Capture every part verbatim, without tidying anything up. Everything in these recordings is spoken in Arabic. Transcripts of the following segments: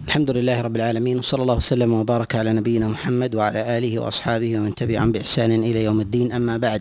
الحمد لله رب العالمين، وصلى الله وسلم وبارك على نبينا محمد وعلى آله وأصحابه ومن تبعهم بإحسان إلى يوم الدين. أما بعد،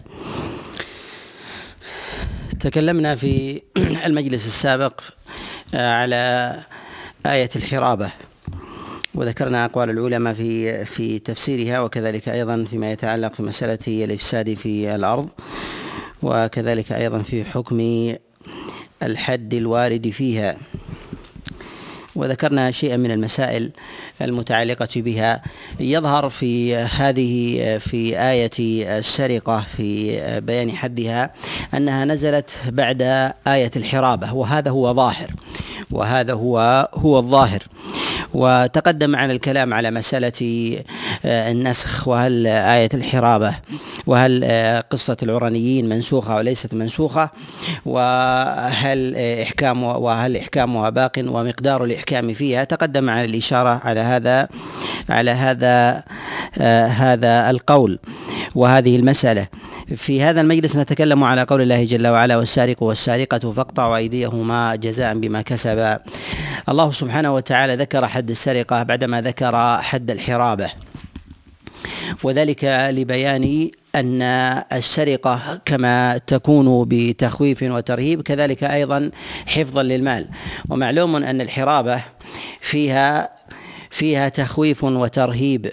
تكلمنا في المجلس السابق على آية الحرابة، وذكرنا أقوال العلماء في في تفسيرها، وكذلك أيضا فيما يتعلق في مسألة الإفساد في الأرض، وكذلك أيضا في حكم الحد الوارد فيها، وذكرنا شيئا من المسائل المتعلقة بها. يظهر في هذه في آية السرقة في بيان حدها أنها نزلت بعد آية الحرابة، وهذا هو ظاهر وهذا هو هو الظاهر. وتقدم معنا الكلام على مسألة النسخ، وهل آية الحرابة وهل قصة العرنيين منسوخة وليست منسوخة، وهل إحكام وهل إحكامها باق، ومقدار الإحكام فيها. تقدم معنا الإشارة على هذا على هذا آه هذا القول وهذه المسألة. في هذا المجلس نتكلم على قول الله جل وعلا: والسارق والسارقة فاقطعوا أيديهما جزاء بما كسبا. الله سبحانه وتعالى ذكر حد السرقة بعدما ذكر حد الحرابة، وذلك لبيان أن السرقة كما تكون بتخويف وترهيب، كذلك أيضا حفظا للمال. ومعلوم أن الحرابة فيها فيها تخويف وترهيب،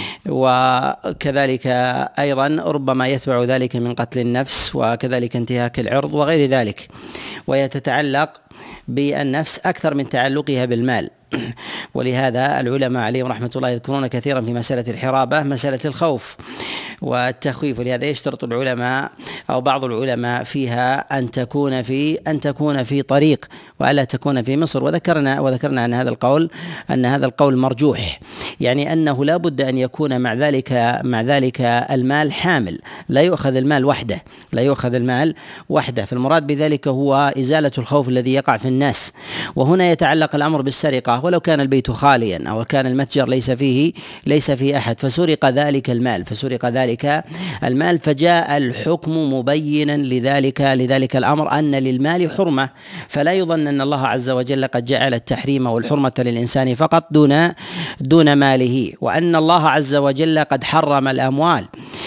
وكذلك أيضا ربما يتبع ذلك من قتل النفس، وكذلك انتهاك العرض وغير ذلك، وهي تتعلق بالنفس أكثر من تعلقها بالمال. ولهذا العلماء عليهم رحمة الله يذكرون كثيرا في مسألة الحرابة مسألة الخوف والتخويف، ولهذا يشترط العلماء أو بعض العلماء فيها أن تكون في أن تكون في طريق وألا تكون في مصر. وذكرنا وذكرنا أن هذا القول أن هذا القول مرجوح، يعني أنه لا بد أن يكون مع ذلك مع ذلك المال حامل، لا يؤخذ المال وحده لا يؤخذ المال وحده فالمراد بذلك هو إزالة الخوف الذي يقع في الناس. وهنا يتعلق الأمر بالسرقة، ولو كان البيت خاليا أو كان المتجر ليس فيه ليس فيه أحد فسرق ذلك المال فسرق ذلك المال فجاء الحكم مبينا لذلك لذلك الأمر أن للمال حرمة، فلا يظن أن الله عز وجل قد جعل التحريم والحرمة للإنسان فقط دون دون ماله، وأن الله عز وجل قد حرم الأموال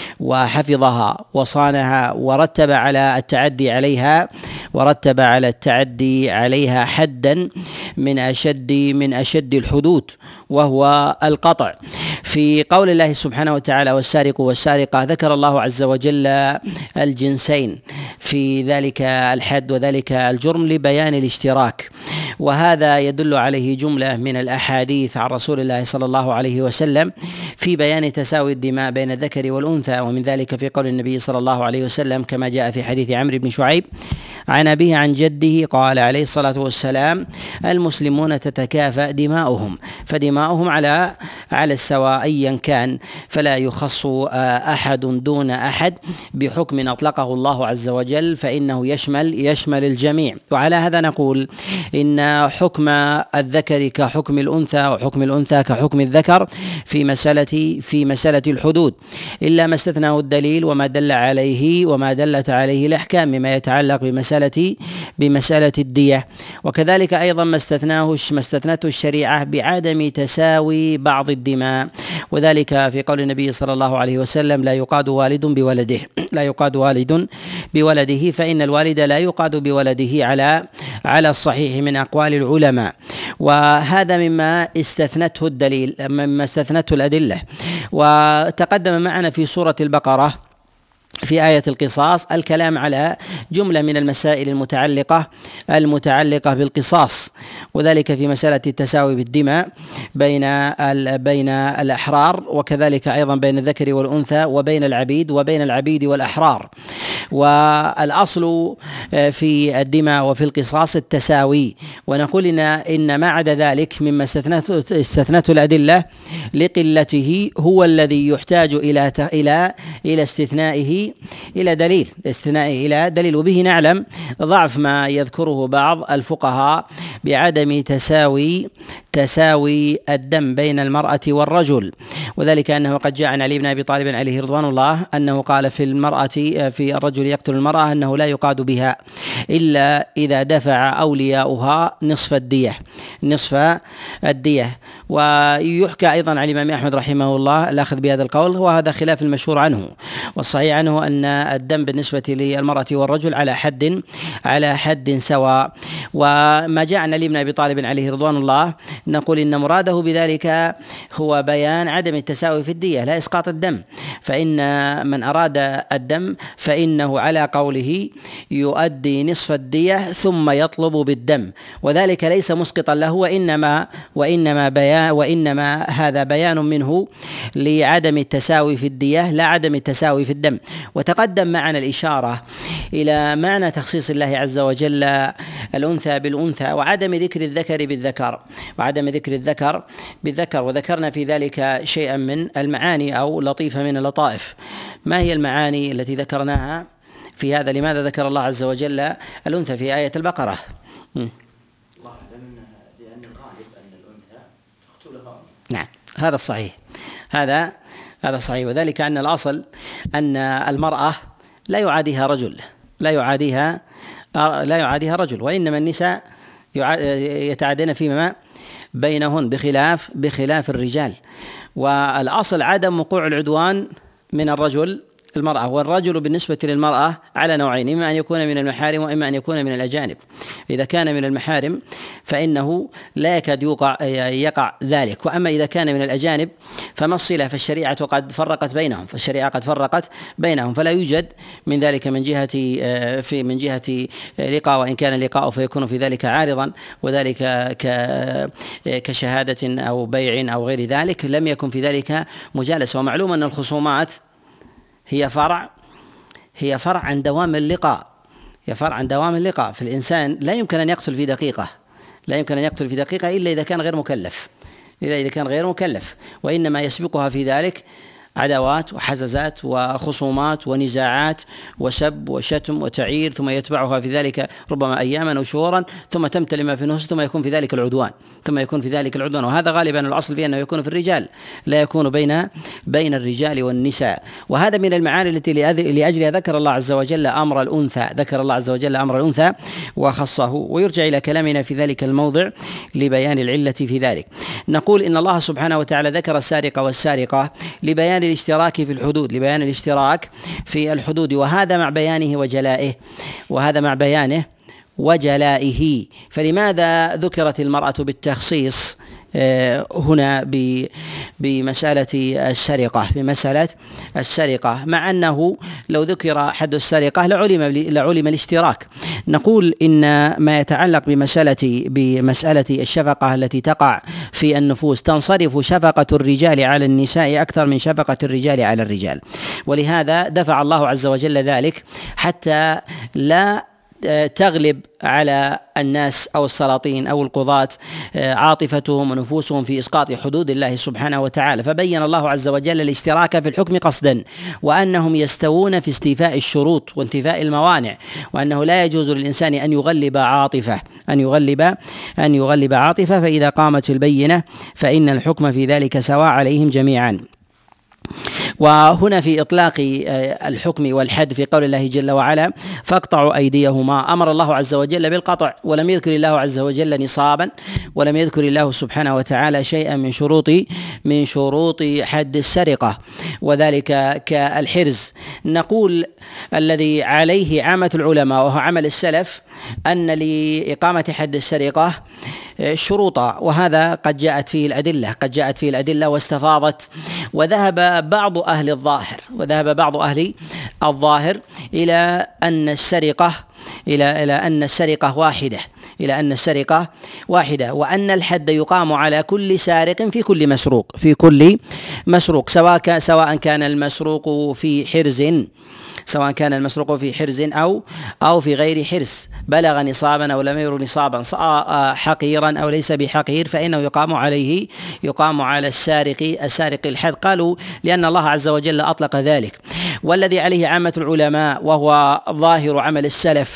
وحفظها وصانها، ورتب على التعدي عليها ورتب على التعدي عليها حدا من أشد من أشد الحدود، وهو القطع. في قول الله سبحانه وتعالى: والسارق والسارقة، ذكر الله عز وجل الجنسين في ذلك الحد وذلك الجرم لبيان الاشتراك، وهذا يدل عليه جملة من الأحاديث عن رسول الله صلى الله عليه وسلم في بيان تساوي الدماء بين الذكر والأنثى. ومن ذلك في قول النبي صلى الله عليه وسلم كما جاء في حديث عمرو بن شعيب عن أبيه عن جده قال عليه الصلاة والسلام: المسلمون تتكافأ دماؤهم، فدماؤهم على على السواء أيا كان، فلا يخص أحد دون أحد بحكم أطلقه الله عز وجل، فإنه يشمل يشمل الجميع. وعلى هذا نقول إن حكم الذكر كحكم الأنثى وحكم الأنثى كحكم الذكر في مسألة في مسألة الحدود، إلا ما استثناه الدليل وما دل عليه وما دلت عليه الأحكام مما يتعلق بمسألة بمسألة الدية. وكذلك أيضا ما استثناه ما استثنته الشريعة بعدم تساوي بعض الدماء، وذلك في قول النبي صلى الله عليه وسلم: لا يقاد والد بولده لا يقاد والد بولده فإن الوالد لا يقاد بولده على على الصحيح من أقوال العلماء. وهذا مما استثنته الدليل مما استثنته الأدلة. وتقدم معنا في سورة البقرة في آية القصاص الكلام على جملة من المسائل المتعلقة المتعلقة بالقصاص، وذلك في مسألة التساوي بالدماء بين بين الأحرار، وكذلك أيضا بين الذكر والأنثى، وبين العبيد وبين العبيد والأحرار. والأصل في الدماء وفي القصاص التساوي، ونقول إن إن ما عدا ذلك مما استثنته استثنته الأدلة لقلته هو الذي يحتاج إلى إلى إلى استثنائه إلى دليل استثنائه إلى دليل وبه نعلم ضعف ما يذكره بعض الفقهاء بعدم تساوي تساوي الدم بين المرأة والرجل، وذلك أنه قد جاء عن علي بن أبي طالب عليه رضوان الله أنه قال في المرأة في الرجل الرجل يقتل المرأة أنه لا يقاد بها إلا إذا دفع أولياؤها نصف الدية نصف الدية. ويحكى أيضا عن الإمام أحمد رحمه الله الأخذ بهذا القول، وهذا خلاف المشهور عنه، والصحيح عنه أن الدم بالنسبة للمرأة والرجل على حد على حد سواء. وما جاء عن علي بن أبي طالب عليه رضوان الله نقول إن مراده بذلك هو بيان عدم التساوي في الدية لا إسقاط الدم، فإن من أراد الدم فإنه على قوله يؤدي نصف الدية ثم يطلب بالدم، وذلك ليس مسقطا له، وإنما وإنما بيان وإنما هذا بيان منه لعدم التساوي في الدية لا عدم التساوي في الدم. وتقدم معنا الإشارة إلى معنى تخصيص الله عز وجل الأنثى بالأنثى وعدم ذكر الذكر بالذكر وعدم ذكر الذكر بالذكر وذكرنا في ذلك شيئا من المعاني أو لطيفة من اللطائف. ما هي المعاني التي ذكرناها في هذا؟ لماذا ذكر الله عز وجل الأنثى في آية البقرة؟ م. لأن الغالب أن الأنثى تقتلها. نعم، هذا الصحيح، هذا هذا صحيح، وذلك أن الأصل أن المرأة لا يعاديها رجل لا يعاديها لا يعاديها رجل وإنما النساء يتعادين فيما بينهن بخلاف بخلاف الرجال. والأصل عدم وقوع العدوان من الرجل المرأة، والرجل بالنسبة للمرأة على نوعين، إما أن يكون من المحارم وإما أن يكون من الأجانب. إذا كان من المحارم فإنه لا يكاد يقع, يقع ذلك، وأما إذا كان من الأجانب فما الصلة؟ فالشريعة قد فرقت بينهم فالشريعة قد فرقت بينهم فلا يوجد من ذلك من جهة في من جهة لقاء، وإن كان اللقاء فيكون في ذلك عارضا، وذلك كشهادة أو بيع أو غير ذلك، لم يكن في ذلك مجالسة. ومعلوم أن الخصومات هي فرع هي فرع عن دوام اللقاء هي فرع عن دوام اللقاء فالإنسان لا يمكن أن يقتل في دقيقة لا يمكن أن يقتل في دقيقة إلا إذا كان غير مكلف إلا إذا كان غير مكلف وإنما يسبقها في ذلك عداوات وحزازات وخصومات ونزاعات وسب وشتم وتعير، ثم يتبعها في ذلك ربما أياما أو شهورا، ثم تمتلئ ما في النفوس، ثم يكون في ذلك العدوان ثم يكون في ذلك العدوان وهذا غالبا الأصل فيه أنه يكون في الرجال، لا يكون بين بين الرجال والنساء. وهذا من المعاني التي لأجلها ذكر الله عز وجل أمر الأنثى ذكر الله عز وجل أمر الأنثى وخصه. ويرجع إلى كلامنا في ذلك الموضع لبيان العلة في ذلك. نقول إن الله سبحانه وتعالى ذكر السارق والسارقة لبيان الاشتراك في الحدود لبيان الاشتراك في الحدود وهذا مع بيانه وجلائه وهذا مع بيانه وجلائه. فلماذا ذكرت المرأة بالتخصيص هنا بمسألة السرقة بمسألة السرقة مع أنه لو ذكر حد السرقة لعلم لعلم الاشتراك؟ نقول إن ما يتعلق بمسألة بمسألة الشفقة التي تقع في النفوس تنصرف شفقة الرجال على النساء أكثر من شفقة الرجال على الرجال، ولهذا دفع الله عز وجل ذلك حتى لا تغلب على الناس أو السلاطين أو القضاة عاطفتهم ونفوسهم في إسقاط حدود الله سبحانه وتعالى، فبين الله عز وجل الاشتراك في الحكم قصدا، وأنهم يستوون في استيفاء الشروط وانتفاء الموانع، وأنه لا يجوز للإنسان أن يغلب عاطفة أن يغلب أن يغلب عاطفة فإذا قامت البينة فإن الحكم في ذلك سواء عليهم جميعا. وهنا في إطلاق الحكم والحد في قول الله جل وعلا فاقطعوا أيديهما، أمر الله عز وجل بالقطع ولم يذكر الله عز وجل نصابا ولم يذكر الله سبحانه وتعالى شيئا من شروط من شروط حد السرقة، وذلك كالحرز. نقول الذي عليه عامة العلماء وهو عمل السلف أن لإقامة حد السرقة شروطا، وهذا قد جاءت فيه الأدلة قد جاءت فيه الأدلة واستفاضت. وذهب بعض أهل الظاهر وذهب بعض أهل الظاهر إلى أن السرقة إلى إلى أن السرقة واحدة إلى أن السرقة واحدة وأن الحد يقام على كل سارق في كل مسروق في كل مسروق سواء سواء كان المسروق في حرز سواء كان المسروق في حرز أو أو في غير حرز، بلغ نصابا أو لم يبلغ نصابا، حقيرا أو ليس بحقير، فإنه يقام عليه يقام على السارق السارق الحد. قالوا لأن الله عز وجل أطلق ذلك. والذي عليه عامة العلماء وهو ظاهر عمل السلف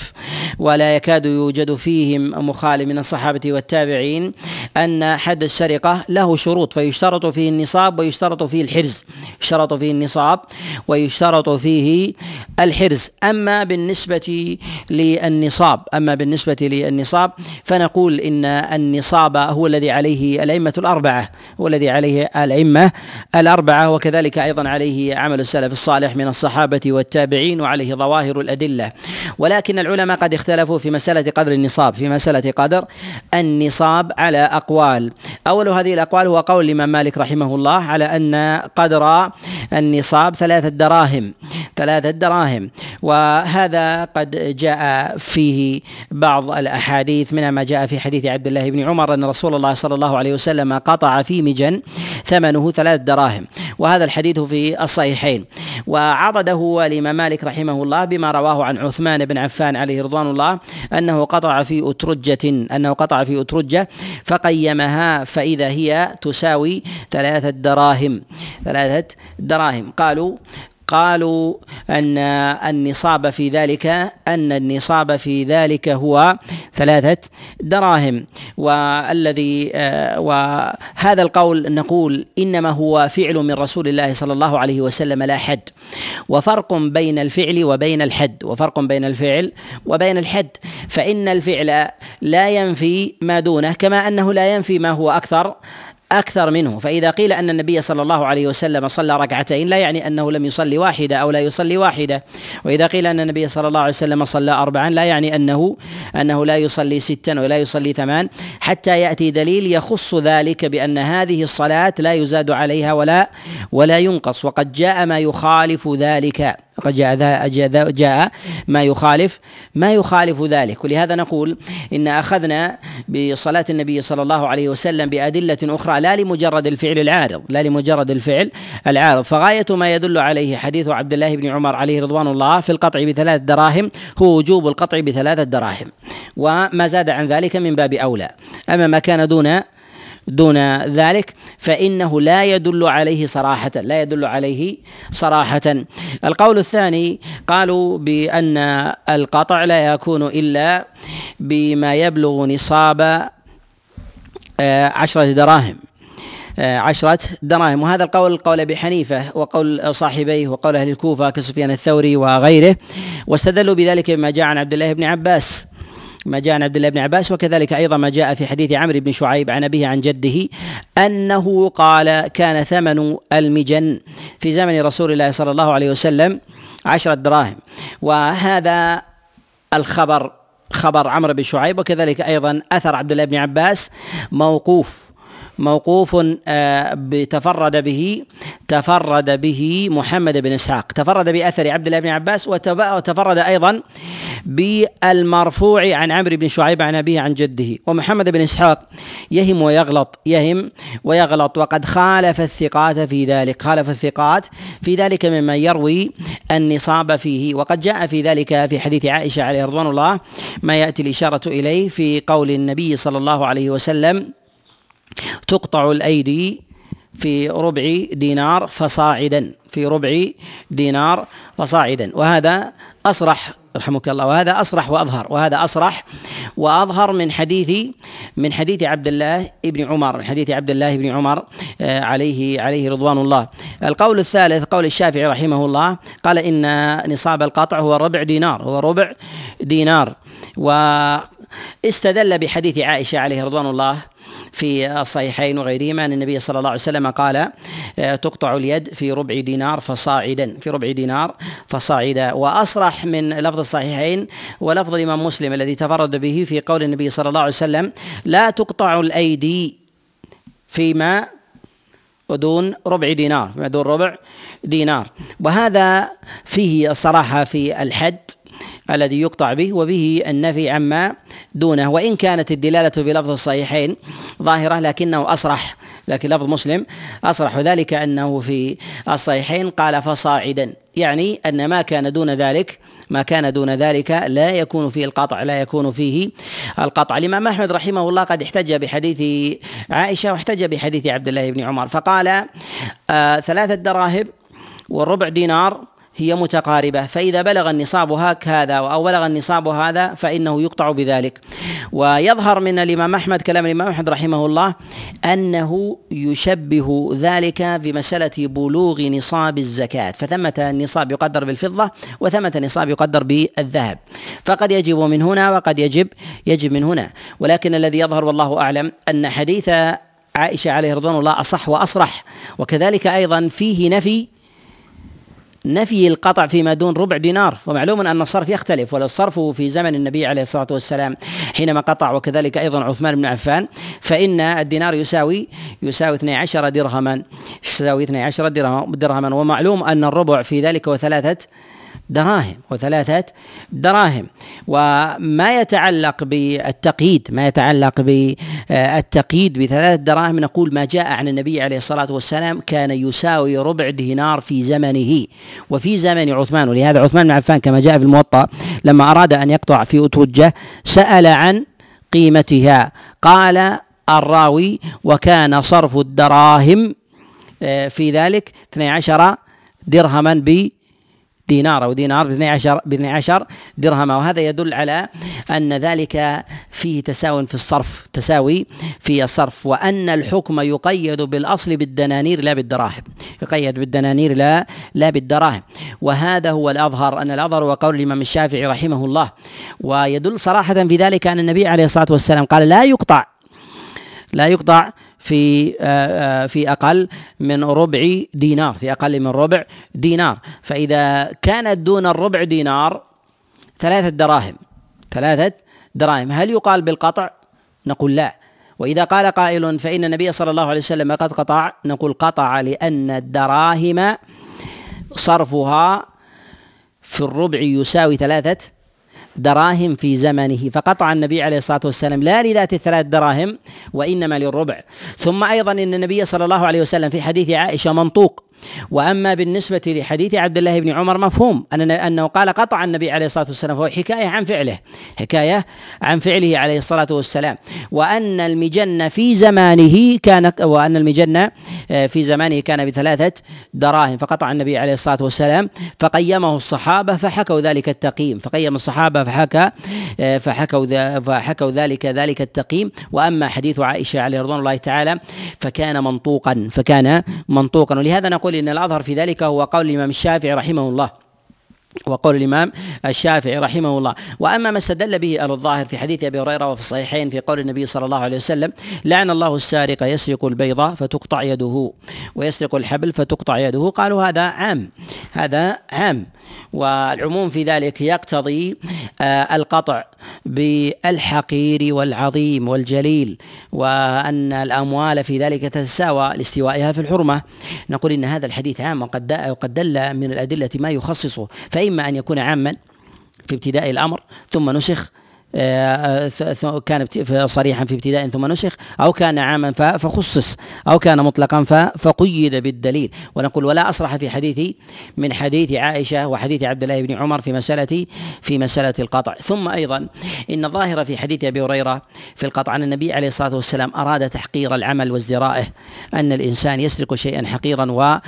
ولا يكاد يوجد فيهم مخالف من الصحابة والتابعين أن حد السرقة له شروط، فيشترط فيه النصاب ويشترط فيه الحرز، يشترط فيه النصاب ويشترط فيه الحرز. أما بالنسبة للنصاب أما بالنسبة للنصاب فنقول إن النصاب هو الذي عليه الأئمة الأربعة هو الذي عليه الأئمة الأربعة وكذلك أيضا عليه عمل السلف الصالح من الصحابة والتابعين، وعليه ظواهر الأدلة. ولكن العلماء قد اختلفوا في مسألة قدر النصاب في مسألة قدر النصاب على أقوال. أول هذه الأقوال هو قول الإمام مالك رحمه الله على أن قدر النصاب ثلاثة دراهم ثلاثة دراهم وهذا قد جاء فيه بعض الأحاديث، منها ما جاء في حديث عبد الله بن عمر أن رسول الله صلى الله عليه وسلم قطع في مجن ثمنه ثلاث دراهم، وهذا الحديث في الصحيحين. وعضده الإمام مالك رحمه الله بما رواه عن عثمان بن عفان عليه رضوان الله أنه قطع في أترجة أنه قطع في أترجة فقيمها فإذا هي تساوي ثلاثة دراهم ثلاثة دراهم قالوا قالوا أن النصاب في ذلك أن النصاب في ذلك هو ثلاثة دراهم. والذي وهذا القول نقول إنما هو فعل من رسول الله صلى الله عليه وسلم لا حد، وفرق بين الفعل وبين الحد وفرق بين الفعل وبين الحد فإن الفعل لا ينفي ما دونه كما أنه لا ينفي ما هو أكثر أكثر منه. فإذا قيل أن النبي صلى الله عليه وسلم صلى ركعتين لا يعني أنه لم يصلي واحدة أو لا يصلي واحدة، وإذا قيل أن النبي صلى الله عليه وسلم صلى أربعا لا يعني أنه أنه لا يصلي ستا ولا يصلي ثمان، حتى يأتي دليل يخص ذلك بأن هذه الصلاة لا يزاد عليها ولا ولا ينقص. وقد جاء ما يخالف ذلك وقد جاء, جاء ما يخالف ما يخالف ذلك. ولهذا نقول إن أخذنا بصلاة النبي صلى الله عليه وسلم بأدلة أخرى لا لمجرد الفعل العارض لا لمجرد الفعل العارض فغاية ما يدل عليه حديث عبد الله بن عمر عليه رضوان الله في القطع بثلاث دراهم هو وجوب القطع بثلاثة دراهم، وما زاد عن ذلك من باب أولى. أما ما كان دون دون ذلك فإنه لا يدل عليه صراحة لا يدل عليه صراحة. القول الثاني قالوا بأن القطع لا يكون إلا بما يبلغ نصاب عشرة دراهم عشرة دراهم وهذا القول قول أبي حنيفة وقول صاحبيه وقول أهل الكوفة كسفيان الثوري وغيره، واستدلوا بذلك بما جاء عن عبد الله بن عباس ما جاء عن عبد الله بن عباس وكذلك أيضا ما جاء في حديث عمرو بن شعيب عن أبيه عن جده أنه قال كان ثمن المجن في زمن رسول الله صلى الله عليه وسلم عشرة دراهم. وهذا الخبر خبر عمرو بن شعيب وكذلك أيضا أثر عبد الله بن عباس موقوف موقوف تفرد به تفرد به محمد بن إسحاق تفرد بأثر عبد الله بن عباس وتفرد أيضا بالمرفوع عن عمرو بن شعيب عن أبيه عن جده. ومحمد بن إسحاق يهم ويغلط يهم ويغلط وقد خالف الثقات في ذلك خالف الثقات في ذلك ممن يروي النصاب فيه. وقد جاء في ذلك في حديث عائشة عليه رضوان الله ما يأتي الإشارة إليه في قول النبي صلى الله عليه وسلم تقطع الأيدي في ربع دينار فصاعدا في ربع دينار فصاعدا وهذا أصرح رحمك الله وهذا أصرح وأظهر وهذا أصرح وأظهر من حديث من حديث عبد الله بن عمر من حديث عبد الله بن عمر عليه عليه رضوان الله. القول الثالث قول الشافعي رحمه الله قال إن نصاب القطع هو ربع دينار هو ربع دينار واستدل بحديث عائشة عليه رضوان الله في الصحيحين وغيرهما أن النبي صلى الله عليه وسلم قال تقطع اليد في ربع دينار فصاعدا في ربع دينار فصاعدا. وأصرح من لفظ الصحيحين ولفظ الإمام مسلم الذي تفرد به في قول النبي صلى الله عليه وسلم لا تقطع الأيدي فيما ودون ربع دينار فيما دون ربع دينار وهذا فيه الصراحة في الحد الذي يقطع به وبه النفي عما دونه، وإن كانت الدلالة في لفظ الصحيحين ظاهرة لكنه أصرح لكن لفظ مسلم أصرح ذلك أنه في الصحيحين قال فصاعدا يعني أن ما كان دون ذلك ما كان دون ذلك لا يكون فيه القطع لا يكون فيه القطع. الإمام أحمد رحمه الله قد احتج بحديث عائشة واحتج بحديث عبد الله بن عمر فقال آه ثلاثة دراهم والربع دينار هي متقاربة، فإذا بلغ النصاب هكذا أو بلغ النصاب هذا فإنه يقطع بذلك. ويظهر من الإمام أحمد كلام الإمام أحمد رحمه الله أنه يشبه ذلك بمسألة بلوغ نصاب الزكاة، فثمة النصاب يقدر بالفضة وثمة النصاب يقدر بالذهب، فقد يجب من هنا وقد يجب يجب من هنا. ولكن الذي يظهر والله أعلم أن حديث عائشة عليه رضوان الله أصح وأصرح، وكذلك أيضا فيه نفي نفي القطع فيما دون ربع دينار. ومعلوم أن الصرف يختلف، ولو الصرف في زمن النبي عليه الصلاة والسلام حينما قطع، وكذلك أيضا عثمان بن عفان، فإن الدينار يساوي يساوي اثني عشر درهما يساوي اثني عشر درهما ومعلوم أن الربع في ذلك وثلاثة دراهم وثلاثة دراهم. وما يتعلق بالتقييد ما يتعلق بالتقييد بثلاثة دراهم نقول ما جاء عن النبي عليه الصلاة والسلام كان يساوي ربع دينار في زمنه وفي زمن عثمان. ولهذا عثمان بن عفان كما جاء في الموطأ لما أراد أن يقطع في أترجة سأل عن قيمتها، قال الراوي وكان صرف الدراهم في ذلك اثني عشر درهما ب دينار أو دينار باثني عشر باثني عشر درهما. وهذا يدل على أن ذلك فيه تساوي في الصرف تساوي في الصرف وأن الحكم يقيد بالأصل بالدنانير لا بالدراهم يقيد بالدنانير لا لا بالدراهم. وهذا هو الأظهر، أن الأظهر هو قول الإمام الشافعي رحمه الله. ويدل صراحة في ذلك أن النبي عليه الصلاة والسلام قال لا يقطع لا يقطع في في أقل من ربع دينار في أقل من ربع دينار. فإذا كانت دون الربع دينار ثلاثة دراهم ثلاثة دراهم هل يقال بالقطع؟ نقول لا. وإذا قال قائل فإن النبي صلى الله عليه وسلم قد قطع، نقول قطع لأن الدراهم صرفها في الربع يساوي ثلاثة دراهم في زمنه، فقطع النبي عليه الصلاة والسلام لا لذات الثلاث دراهم وإنما للربع. ثم أيضا إن النبي صلى الله عليه وسلم في حديث عائشة منطوق. وأما بالنسبة لحديث عبد الله بن عمر مفهوم أنه قال قطع النبي عليه الصلاة والسلام، فهو حكاية عن فعله حكاية عن فعله عليه الصلاة والسلام. وأن المجن في زمانه كان وأن المجن في زمانه كان بثلاثة دراهم، فقطع النبي عليه الصلاة والسلام فقيمه الصحابة فحكوا ذلك التقييم فقيم الصحابة فحكى فحكوا فحكوا ذلك ذلك التقييم. وأما حديث عائشة عليه رضوان الله تعالى فكان منطوقا فكان منطوقا. ولهذا نقول إن الأظهر في ذلك هو قول الإمام الشافعي رحمه الله وقول الإمام الشافعي رحمه الله. وأما ما استدل به أهل الظاهر في حديث أبي هريرة وفي الصحيحين في قول النبي صلى الله عليه وسلم لعن الله السارق يسرق البيضة فتقطع يده ويسرق الحبل فتقطع يده، قالوا هذا عام هذا عام والعموم في ذلك يقتضي آه القطع بالحقير والعظيم والجليل، وأن الأموال في ذلك تتساوى لاستوائها في الحرمة. نقول إن هذا الحديث عام وقد دل من الأدلة ما يخصصه، فإما أن يكون عاما في ابتداء الأمر ثم نسخ كان صريحا في ابتداء ثم نسخ، أو كان عاما فخصص، أو كان مطلقا فقيد بالدليل. ونقول ولا أصرح في حديث من حديث عائشة وحديث عبد الله بن عمر في مسألة في مسألة القطع. ثم أيضا إن الظاهر في حديث أبي هريرة في القطع أن النبي عليه الصلاة والسلام أراد تحقير العمل وازدرائه، أن الإنسان يسرق شيئا حقيرا و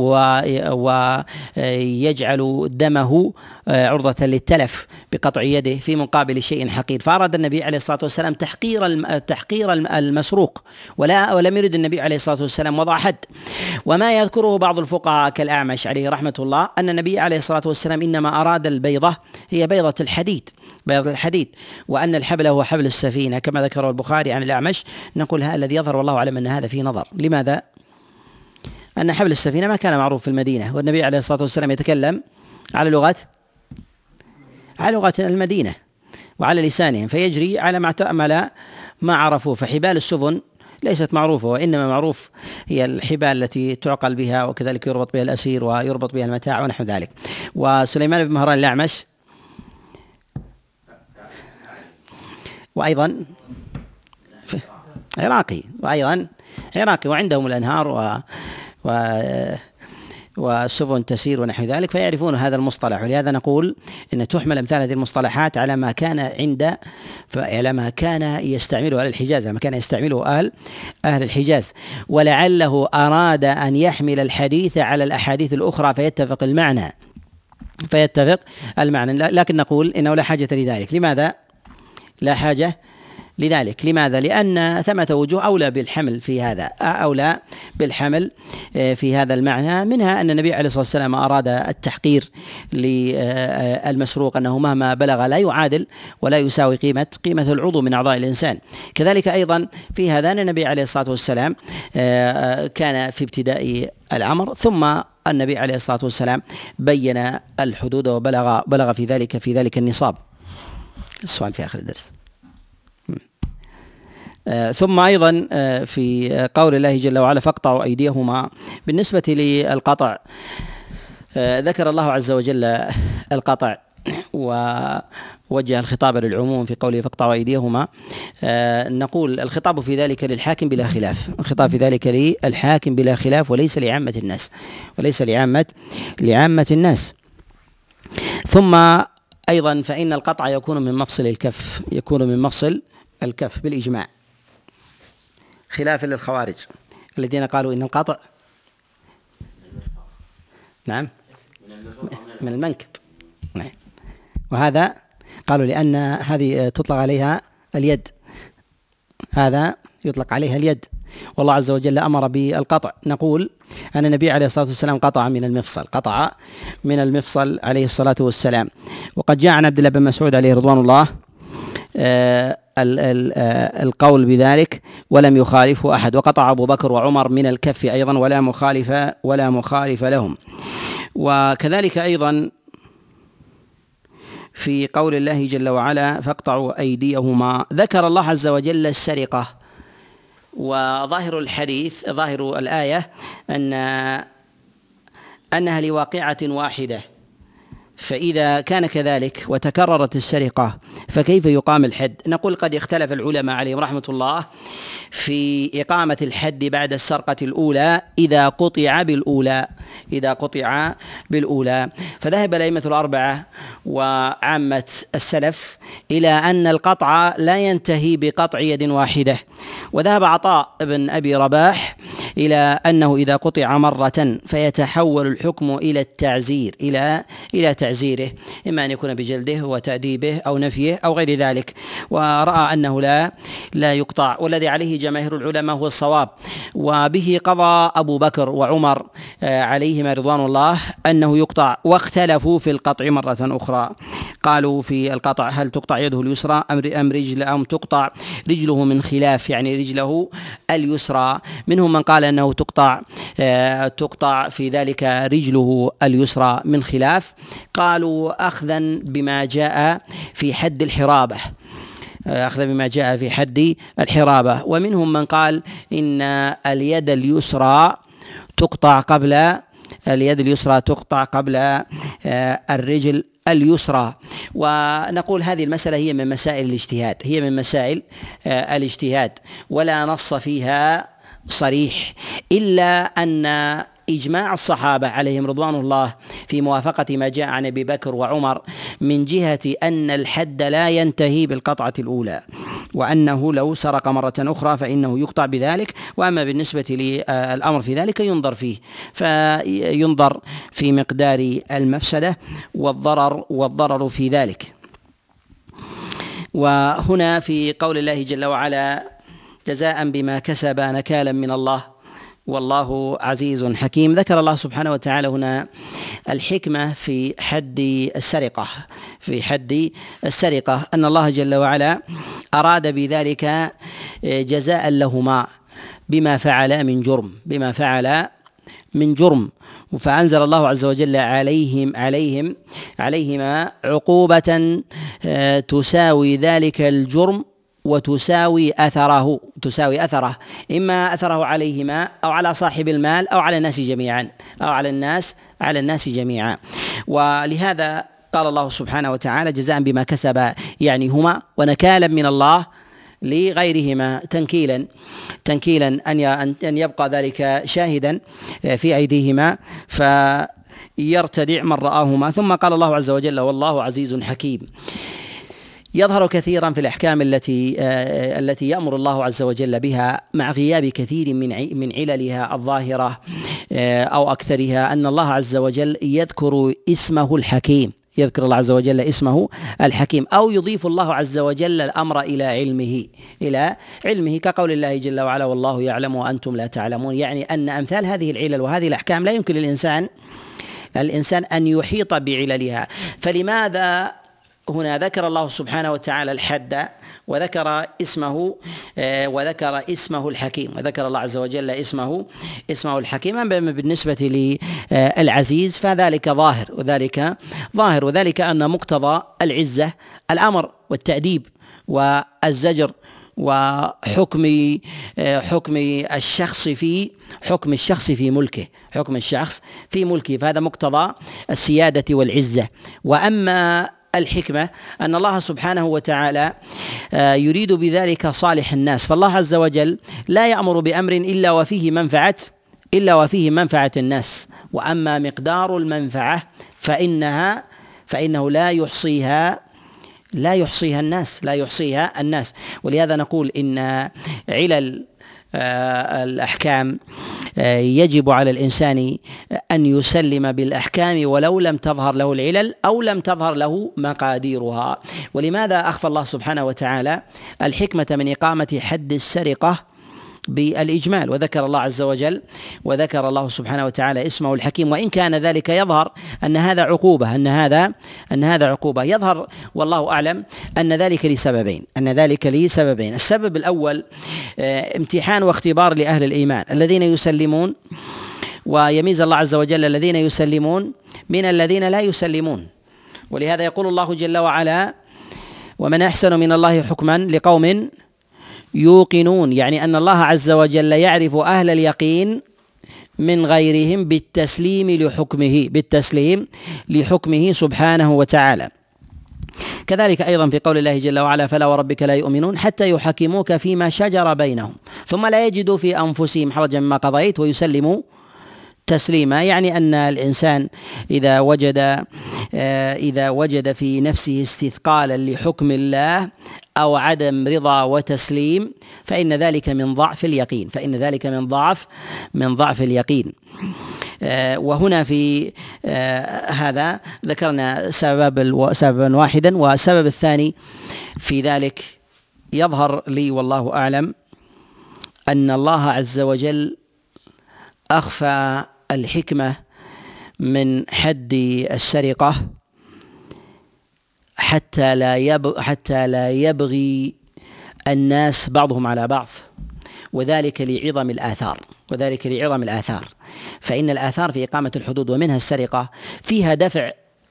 ويجعل دمه عرضة للتلف بقطع يده في مقابل شيء حقير، فأراد النبي عليه الصلاة والسلام تحقير تحقير المسروق، ولا ولم يرد النبي عليه الصلاة والسلام وضع حد. وما يذكره بعض الفقهاء كالأعمش عليه رحمة الله أن النبي عليه الصلاة والسلام إنما أراد البيضة هي بيضة الحديد بيضة الحديد وأن الحبل هو حبل السفينة كما ذكره البخاري عن الأعمش. نقول هذا الذي يظهر والله أعلم أن هذا فيه نظر. لماذا؟ أن حبل السفينة ما كان معروف في المدينة، والنبي عليه الصلاة والسلام يتكلم على لغة على لغة المدينة وعلى لسانهم، فيجري على ما اعتمل ما عرفوا. فحبال السفن ليست معروفة، وإنما معروف هي الحبال التي تعقل بها وكذلك يربط بها الأسير ويربط بها المتاع ونحو ذلك. وسليمان بن مهران الأعمش وأيضا عراقي وأيضا عراقي وعندهم الأنهار و, و والسفن تسير ونحو ذلك، فيعرفون هذا المصطلح. ولهذا نقول إن تحمل أمثال هذه المصطلحات على ما كان عند على ما كان يستعمله أهل الحجاز، ما كان يستعمله أهل أهل الحجاز. ولعله أراد أن يحمل الحديث على الأحاديث الأخرى فيتفق المعنى، فيتفق المعنى. لكن نقول إنه لا حاجة لذلك. لماذا لا حاجة لذلك؟ لماذا؟ لأن ثمة وجوه أولى بالحمل في هذا، أولى بالحمل في هذا المعنى. منها أن النبي عليه الصلاة والسلام أراد التحقير للمسروق، أنه مهما بلغ لا يعادل ولا يساوي قيمة قيمة العضو من أعضاء الإنسان. كذلك أيضا في هذا أن النبي عليه الصلاة والسلام كان في ابتداء الأمر، ثم النبي عليه الصلاة والسلام بين الحدود وبلغ بلغ في ذلك في ذلك النصاب. السؤال في آخر الدرس. آه ثم أيضا آه في قول الله جل وعلا فاقطعوا أيديهما، بالنسبة للقطع آه ذكر الله عز وجل القطع ووجه الخطاب للعموم في قوله فاقطعوا أيديهما. آه نقول الخطاب في ذلك للحاكم بلا خلاف، الخطاب في ذلك للحاكم بلا خلاف وليس لعامة الناس، وليس لعامة لعامة الناس. ثم أيضا فإن القطع يكون من مفصل الكف، يكون من مفصل الكف بالإجماع، خلافا للخوارج الذين قالوا إن القطع نعم من المنكب، نعم. وهذا قالوا لأن هذه تطلق عليها اليد، هذا يطلق عليها اليد، والله عز وجل أمر بالقطع. نقول أن النبي عليه الصلاة والسلام قطع من المفصل، قطع من المفصل عليه الصلاة والسلام. وقد جاء عن عبد الله بن مسعود عليه رضوان الله آه القول بذلك ولم يخالفه أحد، وقطع أبو بكر وعمر من الكف أيضا ولا مخالف ولا مخالف لهم. وكذلك أيضا في قول الله جل وعلا فاقطعوا أيديهما ذكر الله عز وجل السرقة، وظاهر الحديث ظاهر الآية أن أنها لواقعة واحدة، فإذا كان كذلك وتكررت السرقة فكيف يقام الحد؟ نقول قد اختلف العلماء عليهم رحمة الله في إقامة الحد بعد السرقة الأولى إذا قطع بالأولى، إذا قطع بالأولى فذهب الأئمة الأربعة وعامة السلف إلى أن القطع لا ينتهي بقطع يد واحدة، وذهب عطاء بن أبي رباح إلى أنه إذا قطع مرة فيتحول الحكم إلى التعزير، إلى إلى تعزيره، إما أن يكون بجلده وتأديبه أو نفيه أو غير ذلك، ورأى أنه لا لا يقطع، والذي عليه جماهير العلماء هو الصواب. وبه قضى أبو بكر وعمر عليهما رضوان الله أنه يقطع، واختلفوا في القطع مرة أخرى، قالوا في القطع هل تقطع يده اليسرى أم رجل أم تقطع رجله من خلاف، يعني رجله اليسرى. منهم من قال أنه تقطع تقطع في ذلك رجله اليسرى من خلاف، قالوا أخذا بما جاء في حد الحرابة، أخذ بما جاء في حد الحرابة. ومنهم من قال إن اليد اليسرى تقطع قبل اليد اليسرى تقطع قبل الرجل اليسرى. ونقول هذه المسألة هي من مسائل الاجتهاد، هي من مسائل الاجتهاد ولا نص فيها صريح، إلا أن إجماع الصحابة عليهم رضوان الله في موافقة ما جاء عن أبي بكر وعمر من جهة أن الحد لا ينتهي بالقطعة الأولى، وأنه لو سرق مرة أخرى فإنه يقطع بذلك. وأما بالنسبة للأمر في ذلك ينظر فيه، فينظر في مقدار المفسدة والضرر والضرر في ذلك. وهنا في قول الله جل وعلا جزاء بما كسب نكالا من الله والله عزيز حكيم، ذكر الله سبحانه وتعالى هنا الحكمة في حد السرقة، في حد السرقة أن الله جل وعلا أراد بذلك جزاء لهما بما فعل من جرم، بما فعل من جرم، فأنزل الله عز وجل عليهم عليهم عليهما عقوبة تساوي ذلك الجرم وتساوي أثره تساوي أثره إما أثره عليهما أو على صاحب المال أو على الناس جميعا أو على الناس على الناس جميعا. ولهذا قال الله سبحانه وتعالى جزاء بما كسب، يعني هما، ونكالا من الله لغيرهما، تنكيلا تنكيلا أن أن يبقى ذلك شاهدا في أيديهما فيرتدع من رآهما. ثم قال الله عز وجل والله عزيز حكيم، يظهر كثيرا في الأحكام التي التي يأمر الله عز وجل بها مع غياب كثير من من عللها الظاهرة أو أكثرها، أن الله عز وجل يذكر اسمه الحكيم، يذكر الله عز وجل اسمه الحكيم، أو يضيف الله عز وجل الأمر إلى علمه إلى علمه كقول الله جل وعلا والله يعلم وأنتم لا تعلمون. يعني أن أمثال هذه العلل وهذه الأحكام لا يمكن للإنسان الإنسان أن يحيط بعللها. فلماذا هنا ذكر الله سبحانه وتعالى الحد وذكر اسمه وذكر اسمه الحكيم، وذكر الله عز وجل اسمه اسمه الحكيم؟ أما بالنسبة للعزيز فذلك ظاهر وذلك ظاهر وذلك أن مقتضى العزة الأمر والتأديب والزجر وحكم حكم الشخص في حكم الشخص في ملكه حكم الشخص في ملكه فهذا مقتضى السيادة والعزة. وأما الحكمة أن الله سبحانه وتعالى يريد بذلك صالح الناس، فالله عز وجل لا يأمر بأمر إلا وفيه منفعة إلا وفيه منفعة الناس، وأما مقدار المنفعة فإنها فإنه لا يحصيها لا يحصيها الناس لا يحصيها الناس ولهذا نقول إن علل الأحكام يجب على الإنسان أن يسلم بالأحكام ولو لم تظهر له العلل أو لم تظهر له مقاديرها. ولماذا أخفى الله سبحانه وتعالى الحكمة من إقامة حد السرقة بالإجمال؟ وذكر الله عز وجل وذكر الله سبحانه وتعالى اسمه الحكيم، وإن كان ذلك يظهر أن هذا عقوبة أن هذا أن هذا عقوبة يظهر والله أعلم أن ذلك لسببين أن ذلك لسببين السبب الأول امتحان واختبار لأهل الإيمان الذين يسلمون، ويميز الله عز وجل الذين يسلمون من الذين لا يسلمون. ولهذا يقول الله جل وعلا ومن أحسن من الله حكما لقوم يوقنون، يعني أن الله عز وجل يعرف أهل اليقين من غيرهم بالتسليم لحكمه بالتسليم لحكمه سبحانه وتعالى. كذلك أيضا في قول الله جل وعلا فلا وربك لا يؤمنون حتى يحكموك فيما شجر بينهم ثم لا يجدوا في أنفسهم حرجا مما قضيت ويسلموا تسليما. يعني أن الإنسان إذا وجد إذا وجد في نفسه استثقالا لحكم الله أو عدم رضا وتسليم فإن ذلك من ضعف اليقين فإن ذلك من ضعف من ضعف اليقين. وهنا في هذا ذكرنا سبب سببا واحدا، والسبب الثاني في ذلك يظهر لي والله أعلم أن الله عز وجل أخفى الحكمة من حد السرقة حتى لا يبغ حتى لا يبغي الناس بعضهم على بعض، وذلك لعظم الآثار وذلك لعظم الآثار فإن الآثار في إقامة الحدود ومنها السرقة فيها دفع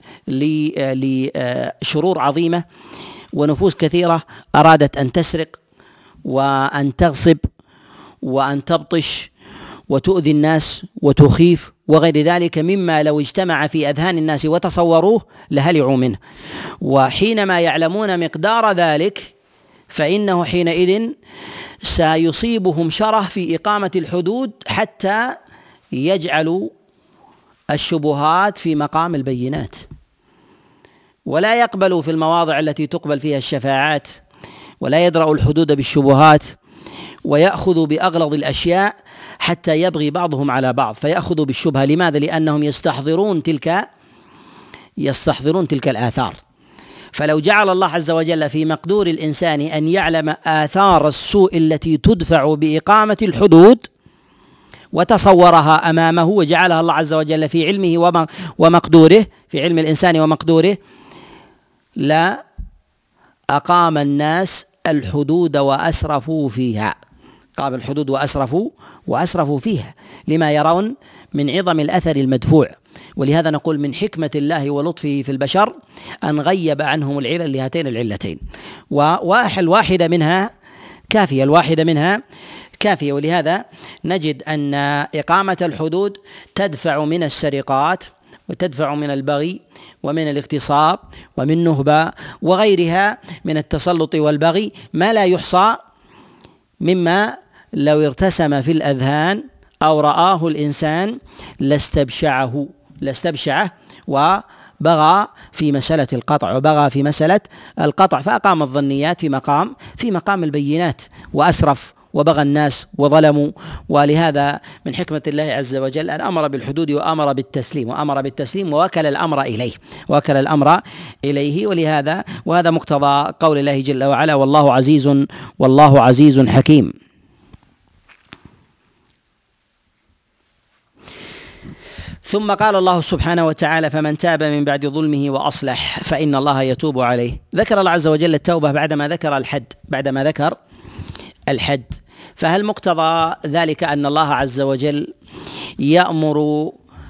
لشرور عظيمة، ونفوس كثيرة أرادت أن تسرق وأن تغصب وأن تبطش وتؤذي الناس وتخيف وغير ذلك مما لو اجتمع في أذهان الناس وتصوروه لهلعوا منه. وحينما يعلمون مقدار ذلك فإنه حينئذ سيصيبهم شره في إقامة الحدود حتى يجعلوا الشبهات في مقام البينات، ولا يقبلوا في المواضع التي تقبل فيها الشفاعات، ولا يدرأوا الحدود بالشبهات، ويأخذوا بأغلظ الأشياء حتى يبغي بعضهم على بعض فيأخذوا بالشبهة. لماذا؟ لأنهم يستحضرون تلك يستحضرون تلك الآثار. فلو جعل الله عز وجل في مقدور الإنسان أن يعلم آثار السوء التي تدفع بإقامة الحدود وتصورها أمامه وجعلها الله عز وجل في علمه ومقدوره في علم الإنسان ومقدوره لا أقام الناس الحدود وأسرفوا فيها قام الحدود وأسرفوا وأسرفوا فيها لما يرون من عظم الأثر المدفوع. ولهذا نقول من حكمة الله ولطفه في البشر أن غيب عنهم العلل لهاتين العلتين، والواحدة منها كافية الواحدة منها كافية. ولهذا نجد أن إقامة الحدود تدفع من السرقات وتدفع من البغي ومن الاغتصاب ومن نهبة وغيرها من التسلط والبغي ما لا يحصى، مما لو ارتسم في الأذهان أو رآه الإنسان لاستبشعه لاستبشعه وبغى بغى في مسألة القطع وبغى في مسألة القطع، فأقام الظنيات في مقام في مقام البينات، وأسرف وبغى الناس وظلموا. ولهذا من حكمة الله عز وجل أن أمر بالحدود وأمر بالتسليم وأمر بالتسليم ووكل الأمر إليه وكل الأمر إليه ولهذا وهذا مقتضى قول الله جل وعلا: والله عزيز والله عزيز حكيم. ثم قال الله سبحانه وتعالى: فمن تاب من بعد ظلمه وأصلح فإن الله يتوب عليه. ذكر الله عز وجل التوبة بعدما ذكر الحد بعدما ذكر الحد فهل مقتضى ذلك أن الله عز وجل يأمر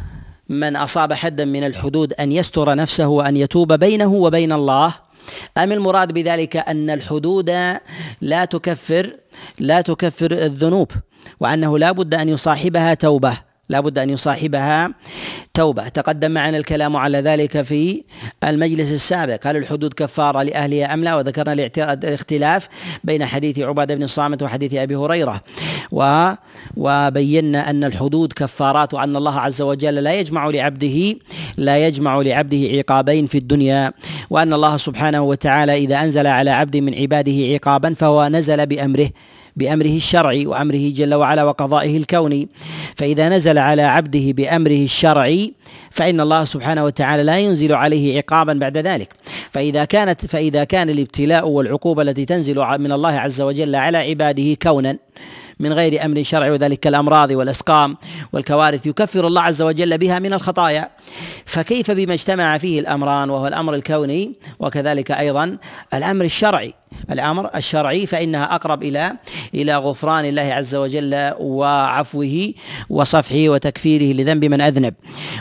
من أصاب حدا من الحدود أن يستر نفسه وأن يتوب بينه وبين الله، أم المراد بذلك أن الحدود لا تكفر لا تكفر الذنوب، وأنه لا بد أن يصاحبها توبة لا بد أن يصاحبها توبة؟ تقدم معنا الكلام على ذلك في المجلس السابق، هل الحدود كفارة لأهلها أم لا؟ وذكرنا الاختلاف بين حديث عبادة بن الصامت وحديث أبي هريرة، و وبينا أن الحدود كفارات، وأن الله عز وجل لا يجمع لعبده لا يجمع لعبده عقابين في الدنيا، وأن الله سبحانه وتعالى إذا أنزل على عبد من عباده عقابا فهو نزل بأمره بأمره الشرعي وأمره جل وعلا وقضائه الكوني. فإذا نزل على عبده بأمره الشرعي فإن الله سبحانه وتعالى لا ينزل عليه عقابا بعد ذلك. فإذا كانت فإذا كان الابتلاء والعقوبة التي تنزل من الله عز وجل على عباده كونا من غير أمر شرعي، وذلك كالأمراض والأسقام والكوارث يكفر الله عز وجل بها من الخطايا، فكيف بما اجتمع فيه الأمران وهو الأمر الكوني وكذلك أيضا الأمر الشرعي الأمر الشرعي فإنها أقرب إلى إلى غفران الله عز وجل وعفوه وصفحه وتكفيره لذنب من أذنب.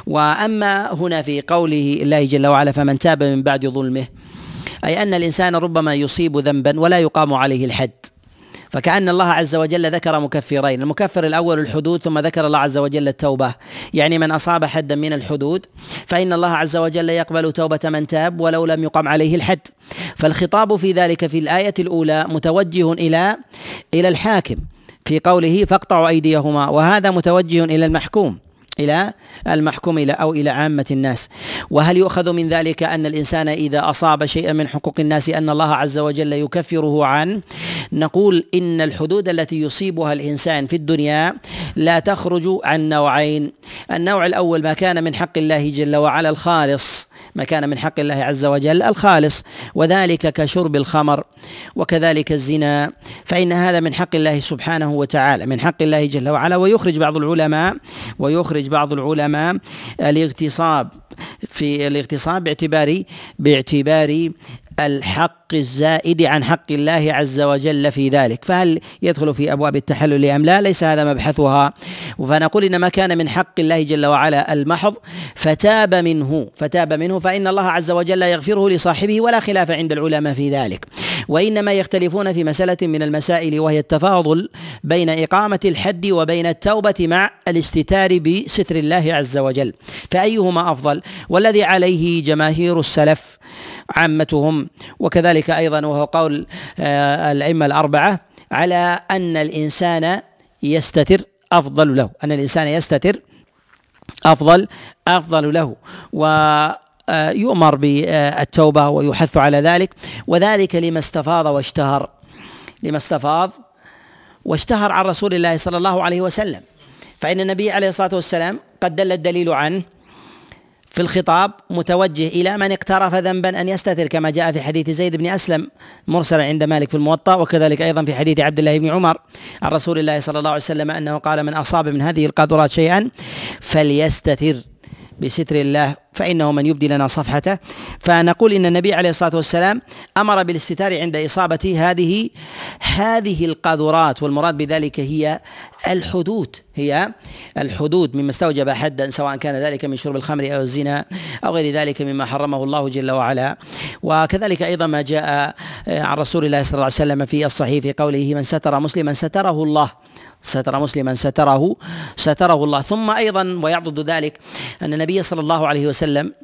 وأما هنا في قوله الله جل وعلا: فمن تاب من بعد ظلمه، أي أن الإنسان ربما يصيب ذنبا ولا يقام عليه الحد، فكأن الله عز وجل ذكر مكفرين، المكفر الأول الحدود، ثم ذكر الله عز وجل التوبة. يعني من أصاب حدا من الحدود فإن الله عز وجل يقبل توبة من تاب ولو لم يقم عليه الحد. فالخطاب في ذلك في الآية الأولى متوجه إلى إلى الحاكم في قوله: فاقطعوا أيديهما، وهذا متوجه إلى المحكوم إلى المحكوم إلى أو إلى عامة الناس. وهل يؤخذ من ذلك أن الإنسان إذا أصاب شيئا من حقوق الناس أن الله عز وجل يكفره عنه؟ نقول إن الحدود التي يصيبها الإنسان في الدنيا لا تخرج عن نوعين: النوع الأول ما كان من حق الله جل وعلا الخالص ما كان من حق الله عز وجل الخالص، وذلك كشرب الخمر وكذلك الزنا، فإن هذا من حق الله سبحانه وتعالى من حق الله جل وعلا. ويخرج بعض العلماء ويخرج بعض العلماء الاغتصاب في الاغتصاب باعتبار باعتبار الحق الزائد عن حق الله عز وجل في ذلك، فهل يدخل في أبواب التحلل أم لا؟ ليس هذا مبحثها. فنقول إن ما كان من حق الله جل وعلا المحض فتاب منه فتاب منه فإن الله عز وجل يغفره لصاحبه، ولا خلاف عند العلماء في ذلك. وإنما يختلفون في مسألة من المسائل، وهي التفاضل بين إقامة الحد وبين التوبة مع الاستتار بستر الله عز وجل، فأيهما أفضل؟ والذي عليه جماهير السلف عامتهم وكذلك أيضا وهو قول الأئمة الأربعة على أن الإنسان يستتر أفضل له أن الإنسان يستتر أفضل أفضل له ويؤمر بالتوبة ويحث على ذلك، وذلك لما استفاض واشتهر لما استفاض واشتهر عن رسول الله صلى الله عليه وسلم. فإن النبي عليه الصلاة والسلام قد دل الدليل عنه في الخطاب متوجه إلى من اقترف ذنبا أن يستتر، كما جاء في حديث زيد بن أسلم مرسلا عند مالك في الموطأ، وكذلك أيضا في حديث عبد الله بن عمر عن رسول الله صلى الله عليه وسلم أنه قال: من أصاب من هذه القاذورات شيئا فليستتر بستر الله فإنه من يبدي لنا صفحته. فنقول إن النبي عليه الصلاة والسلام أمر بالاستتار عند إصابة هذه هذه القاذورات، والمراد بذلك هي الحدود هي الحدود مما استوجب حدا، سواء كان ذلك من شرب الخمر أو الزنا أو غير ذلك مما حرمه الله جل وعلا. وكذلك أيضا ما جاء عن رسول الله صلى الله عليه وسلم في الصحيح في قوله: من ستر مسلما ستره الله ستر مسلما ستره ستره الله. ثم أيضا ويعضد ذلك أن النبي صلى الله عليه وسلم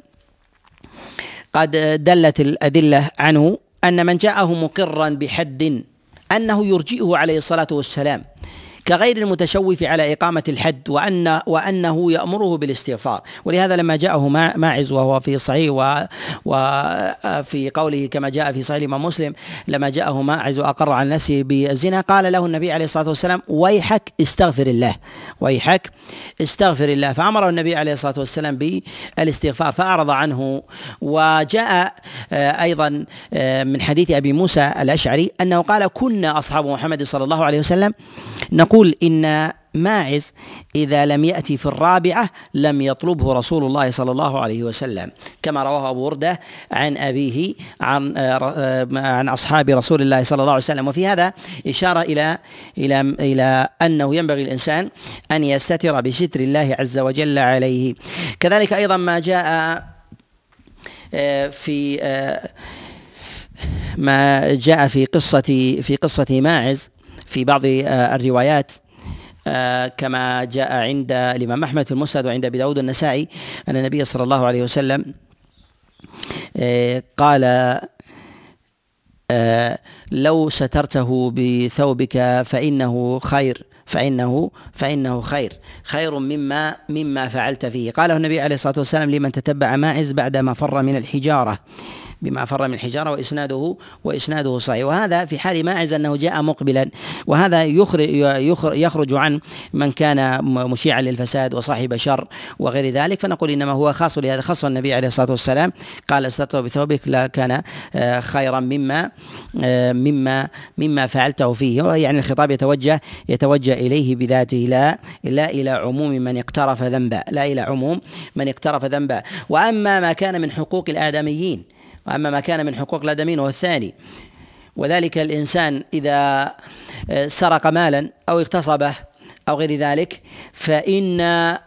قد دلت الأدلة عنه أن من جاءه مقرا بحد أنه يرجئه عليه الصلاة والسلام، كغير المتشوف على إقامة الحد وأن وأنه يأمره بالاستغفار. ولهذا لما جاءه ماعز وهو في صحيح وفي قوله كما جاء في صحيح الإمام مسلم لما جاءه ماعز وأقر عن نفسه بالزنا قال له النبي عليه الصلاة والسلام ويحك استغفر الله، ويحك استغفر الله، فأمره النبي عليه الصلاة والسلام بالاستغفار فأعرض عنه. وجاء أيضا من حديث أبي موسى الأشعري أنه قال كنا أصحاب محمد صلى الله عليه وسلم نقول إن ماعز إذا لم يأتي في الرابعة لم يطلبه رسول الله صلى الله عليه وسلم، كما رواه أبو وردة عن أبيه عن عن أصحاب رسول الله صلى الله عليه وسلم. وفي هذا إشارة إلى إلى إلى أنه ينبغي الإنسان أن يستتر بستر الله عز وجل عليه. كذلك أيضا ما جاء في ما جاء في قصة في قصة ماعز في بعض الروايات كما جاء عند الإمام أحمد في المسند وعند أبي داود النسائي أن النبي صلى الله عليه وسلم قال لو سترته بثوبك فإنه خير فإنه فإنه خير خير مما مما فعلت فيه. قاله النبي عليه الصلاة والسلام لمن تتبع ماعز بعدما فر من الحجارة بما فر من الحجارة وإسناده وإسناده صحيح. وهذا في حال ماعز أنه جاء مقبلا، وهذا يخرج يخرج عن من كان مشيعا للفساد وصاحب شر وغير ذلك، فنقول إنما هو خاص لهذا، خاص النبي عليه الصلاة والسلام قال استتر بثوبك لا كان خيرا مما مما مما فعلته فيه. يعني الخطاب يتوجه يتوجه إليه بذاته لا لا إلى عموم من اقترف ذنبا لا إلى عموم من اقترف ذنبا. وأما ما كان من حقوق الآدميين وأما ما كان من حقوق الآدميين هو الثاني، وذلك الإنسان إذا سرق مالا أو اغتصبه أو غير ذلك فإن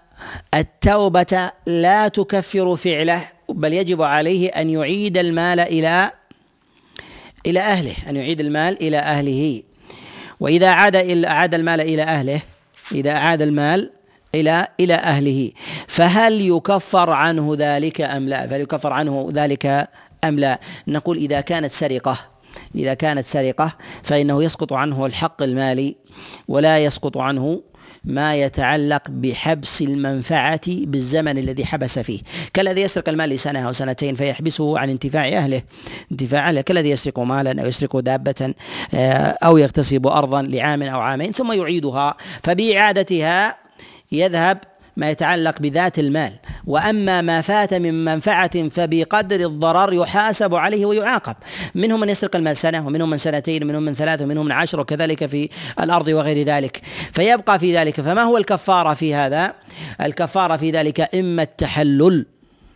التوبة لا تكفر فعله، بل يجب عليه أن يعيد المال إلى إلى أهله أن يعيد المال إلى أهله. وإذا عاد أعاد المال إلى أهله إذا أعاد المال إلى إلى أهله فهل يكفر عنه ذلك أم لا؟ فهل يكفر عنه ذلك أم لا؟ نقول إذا كانت سرقة إذا كانت سرقة فإنه يسقط عنه الحق المالي ولا يسقط عنه ما يتعلق بحبس المنفعة بالزمن الذي حبس فيه، كالذي يسرق المال لسنة أو سنتين فيحبسه عن انتفاع أهله انتفاع أهله كالذي يسرق مالا أو يسرق دابة أو يغتصب أرضا لعام أو عامين ثم يعيدها، فبإعادتها يذهب ما يتعلق بذات المال. وأما ما فات من منفعة فبقدر الضرر يحاسب عليه ويعاقب. منهم من يسرق المال سنة ومنهم من سنتين ومنهم من ثلاثة ومنهم من عشر وكذلك في الأرض وغير ذلك، فيبقى في ذلك. فما هو الكفارة في هذا؟ الكفارة في ذلك إما التحلل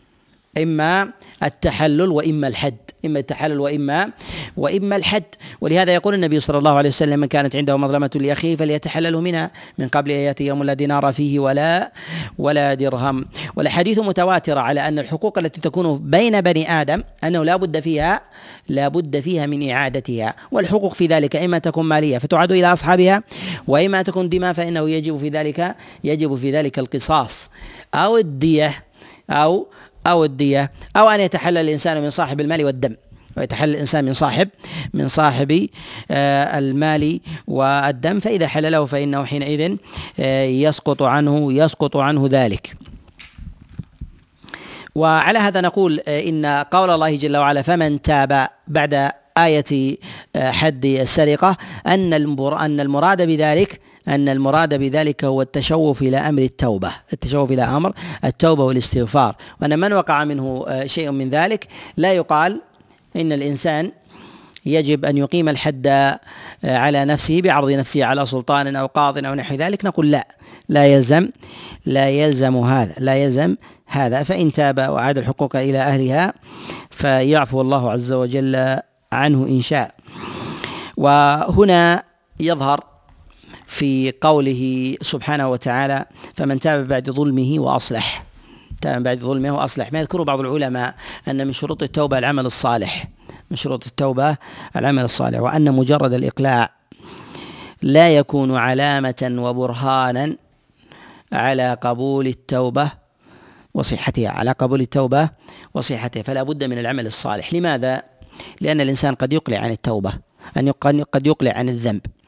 إما التحلل وإما الحد إما التحلل وإما وإما الحد. ولهذا يقول النبي صلى الله عليه وسلم من كانت عنده مظلمة لأخيه فليتحلل منها من قبل أن يأتي يوم لا دينار فيه ولا ولا درهم. والحديث متواترة على أن الحقوق التي تكون بين بني آدم أنه لا بد فيها لا بد فيها من إعادتها. والحقوق في ذلك إما تكون مالية فتعاد إلى أصحابها وإما تكون دماء فإنه يجب في ذلك يجب في ذلك القصاص أو الدية أو أو الدية أو أن يتحلل الإنسان من صاحب المال والدم ويتحلل الإنسان من صاحب من صاحب آه المال والدم، فإذا حلله فإنه حينئذ آه يسقط عنه يسقط عنه ذلك. وعلى هذا نقول آه إن قول الله جل وعلا فمن تاب بعد آية حد السرقة أن أن المراد بذلك أن المراد بذلك هو التشوف إلى أمر التوبة التشوف إلى أمر التوبة والاستغفار، وأن من وقع منه شيء من ذلك لا يقال إن الإنسان يجب أن يقيم الحد على نفسه بعرض نفسه على سلطان أو قاض أو نحو ذلك. نقول لا لا يلزم لا يلزم هذا لا يلزم هذا فإن تاب وعاد الحقوق إلى أهلها فيعفو الله عز وجل عنه إن شاء. وهنا يظهر في قوله سبحانه وتعالى فمن تاب بعد ظلمه وأصلح تاب بعد ظلمه وأصلح. ما يذكر بعض العلماء أن من شروط التوبة العمل الصالح من شروط التوبة العمل الصالح وأن مجرد الإقلاع لا يكون علامة وبرهانا على قبول التوبة وصحتها على قبول التوبة وصحتها فلا بد من العمل الصالح. لماذا؟ لأن الإنسان قد يقلع عن التوبة أن قد يقلع عن الذنب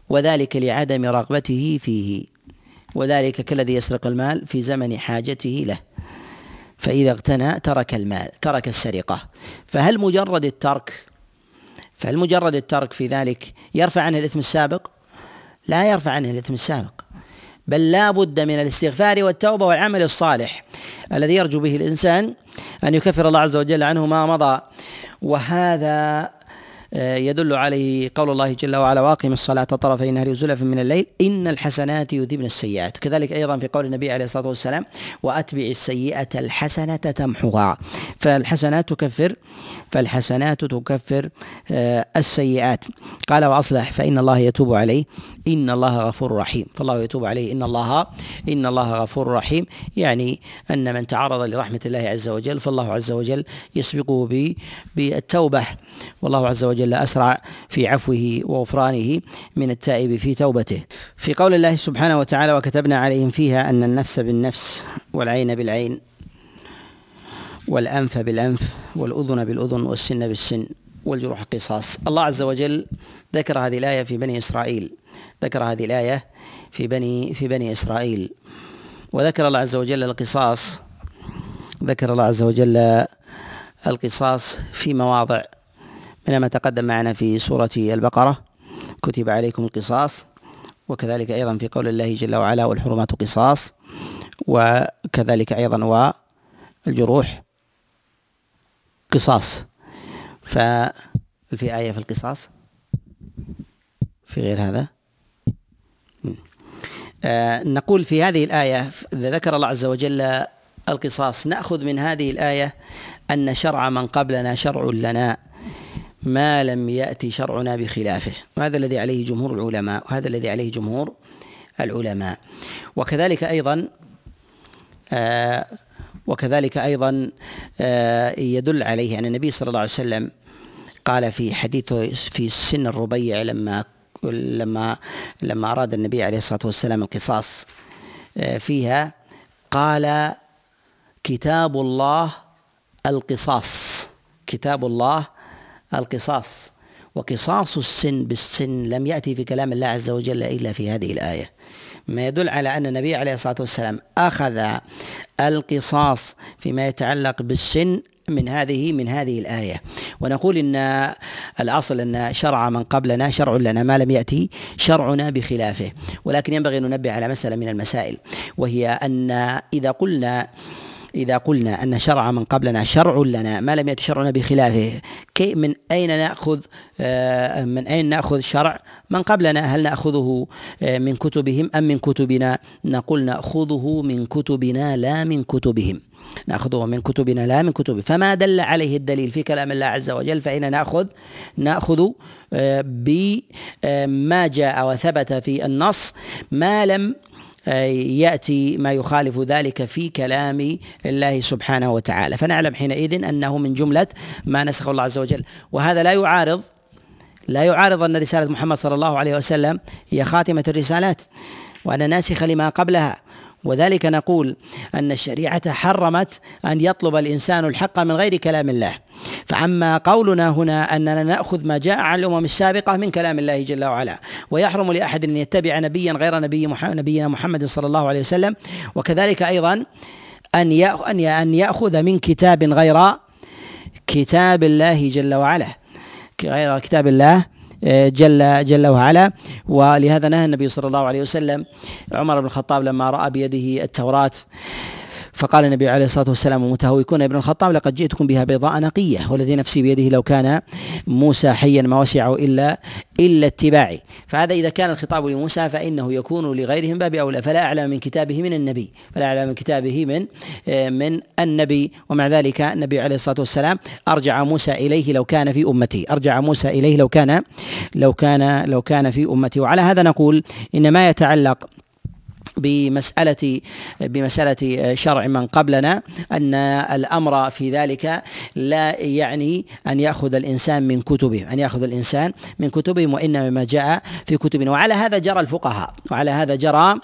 وذلك لعدم رغبته فيه، وذلك كالذي يسرق المال في زمن حاجته له، فإذا اغتنى ترك المال، ترك السرقة. فهل مجرد الترك فهل مجرد الترك في ذلك يرفع عنه الإثم السابق؟ لا يرفع عنه الإثم السابق، بل لا بد من الاستغفار والتوبة والعمل الصالح الذي يرجو به الإنسان أن يكفر الله عز وجل عنه ما مضى. وهذا يدل عليه قول الله جل وعلا: واقم الصلاة طرفي النهار وزلفا من الليل إن الحسنات يذهبن السيئات. كذلك أيضا في قول النبي عليه الصلاة والسلام: وأتبع السيئة الحسنة تمحها. فالحسنات تكفر فالحسنات تكفر السيئات. قال: وأصلح فإن الله يتوب عليه إن الله غفور رحيم. فالله يتوب عليه إن الله إن الله غفور رحيم، يعني أن من تعرض لرحمة الله عز وجل فالله عز وجل يسبقه بالتوبة، والله عز وجل أسرع في عفوه وغفرانه من التائب في توبته. في قول الله سبحانه وتعالى: وكتبنا عليهم فيها أن النفس بالنفس والعين بالعين والأنف بالأنف والأذن بالأذن والسن بالسن والجروح قصاص. الله عز وجل ذكر هذه الآية في بني إسرائيل ذكر هذه الآية في بني في بني إسرائيل وذكر الله عز وجل القصاص ذكر الله عز وجل القصاص في مواضع، من ما تقدم معنا في سورة البقرة: كتب عليكم القصاص، وكذلك أيضا في قول الله جل وعلا: والحرمات قصاص، وكذلك أيضا والجروح قصاص. ففي آية في القصاص في غير هذا. آه نقول في هذه الآية ذكر الله عز وجل القصاص، نأخذ من هذه الآية أن شرع من قبلنا شرع لنا ما لم يأتي شرعنا بخلافه، وهذا الذي عليه جمهور العلماء وهذا الذي عليه جمهور العلماء. وكذلك أيضا آه وكذلك أيضا آه يدل عليه أن النبي صلى الله عليه وسلم قال في حديثه في السن الربيع لما لما لما أراد النبي عليه الصلاة والسلام القصاص آه فيها، قال: كتاب الله القصاص كتاب الله القصاص وقصاص السن بالسن لم يأتي في كلام الله عز وجل إلا في هذه الآية، ما يدل على أن النبي عليه الصلاة والسلام أخذ القصاص فيما يتعلق بالسن من هذه من هذه الآية. ونقول إن الأصل أن شرع من قبلنا شرع لنا ما لم يأتي شرعنا بخلافه، ولكن ينبغي أن ننبه على مسألة من المسائل، وهي أن إذا قلنا إذا قلنا أن شرع من قبلنا شرع لنا ما لم يأتي شرعنا بخلافه، كي من أين نأخذ من أين نأخذ شرع من قبلنا؟ هل نأخذه من كتبهم أم من كتبنا؟ نقول نأخذه من كتبنا لا من كتبهم نأخذه من كتبنا لا من كتبه. فما دل عليه الدليل في كلام الله عز وجل فإن نأخذ نأخذ بما جاء وثبت في النص ما لم يأتي ما يخالف ذلك في كلام الله سبحانه وتعالى، فنعلم حينئذ أنه من جملة ما نسخه الله عز وجل. وهذا لا يعارض لا يعارض أن رسالة محمد صلى الله عليه وسلم هي خاتمة الرسالات وأن ناسخ لما قبلها، وذلك نقول أن الشريعة حرمت أن يطلب الإنسان الحق من غير كلام الله. فعما قولنا هنا أننا نأخذ ما جاء عن الأمم السابقة من كلام الله جل وعلا، ويحرم لأحد أن يتبع نبيا غير نبي محمد نبينا محمد صلى الله عليه وسلم، وكذلك أيضا أن أن يأخذ من كتاب غير كتاب الله جل وعلا غير كتاب الله جل جل وعلا. ولهذا نهى النبي صلى الله عليه وسلم عمر بن الخطاب لما رأى بيده التوراة، فقال النبي عليه الصلاة والسلام: متهوكون ابن الخطاب لقد جئتكم بها بيضاء نقية والذي نفسي بيده لو كان موسى حيا ما وسعه إلا إلا اتباعي. فهذا إذا كان الخطاب لموسى فإنه يكون لغيرهم باب أولى، فلا أعلم من كتابه من النبي فلا أعلم من كتابه من من النبي. ومع ذلك النبي عليه الصلاة والسلام أرجع موسى إليه لو كان في أمتي أرجع موسى إليه لو كان لو كان لو كان في أمتي. وعلى هذا نقول إن ما يتعلق بمسألة بمسألة شرع من قبلنا أن الأمر في ذلك لا يعني أن يأخذ الإنسان من كتبهم أن يأخذ الإنسان من كتبهم وإنما ما جاء في كتبنا. وعلى هذا جرى الفقهاء وعلى هذا جرى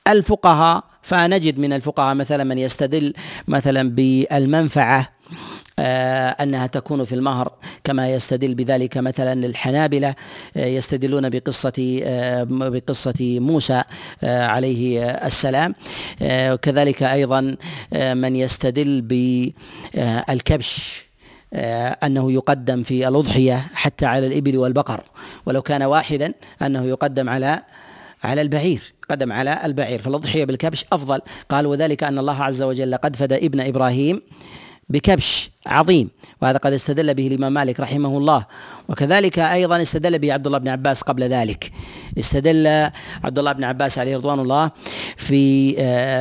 الفقهاء فنجد من الفقهاء مثلا من يستدل مثلا بالمنفعة أنها تكون في المهر، كما يستدل بذلك مثلا الحنابلة، يستدلون بقصة بقصة موسى عليه السلام. وكذلك أيضا من يستدل بالكبش أنه يقدم في الأضحية حتى على الإبل والبقر، ولو كان واحدا أنه يقدم على على البعير، قدم على البعير، فالأضحية بالكبش أفضل. قال وذلك أن الله عز وجل قد فدى ابن إبراهيم بكبش عظيم، وهذا قد استدل به الإمام مالك رحمه الله. وكذلك أيضا استدل به عبد الله بن عباس قبل ذلك، استدل عبد الله بن عباس عليه رضوان الله في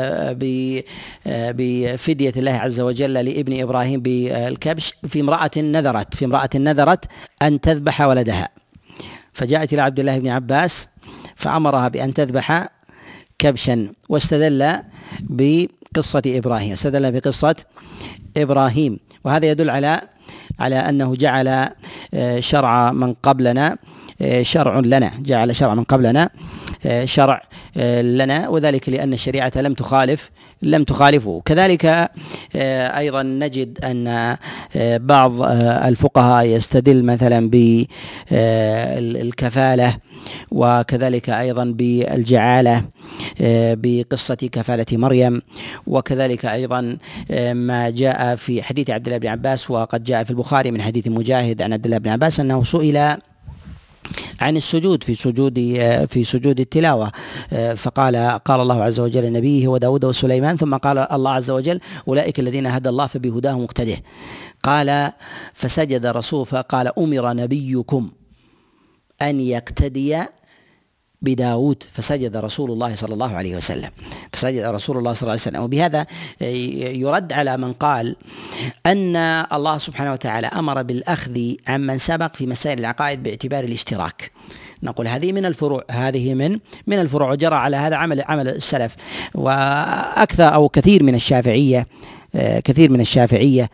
بفدية الله عز وجل لابن إبراهيم بالكبش في امرأة نذرت في امرأة نذرت أن تذبح ولدها، فجاءت إلى عبد الله بن عباس فأمرها بأن تذبح كبشا، واستدل بقصة إبراهيم استدل بقصة إبراهيم وهذا يدل على على أنه جعل شرع من قبلنا شرع لنا جعل شرع من قبلنا شرع لنا، وذلك لأن الشريعة لم تخالف لم تخالفه. كذلك أيضا نجد أن بعض الفقهاء يستدل مثلا بالكفالة، وكذلك أيضا بالجعالة بقصة كفالة مريم، وكذلك أيضا ما جاء في حديث عبد الله بن عباس، وقد جاء في البخاري من حديث مجاهد عن عبد الله بن عباس أنه سئل عن السجود في سجود في سجود التلاوة، فقال قال الله عز وجل لنبيه وداود وسليمان، ثم قال الله عز وجل أولئك الذين هدى الله فبهداه مقتده. قال فسجد رسول فقال أمر نبيكم أن يقتدي بداود فسجد رسول الله صلى الله عليه وسلم فسجد رسول الله صلى الله عليه وسلم. وبهذا يرد على من قال أن الله سبحانه وتعالى أمر بالأخذ عمن سبق في مسائل العقائد باعتبار الاشتراك. نقول هذه من الفروع هذه من من الفروع وجرى على هذا عمل عمل السلف، وأكثر أو كثير من الشافعية كثير من الشافعية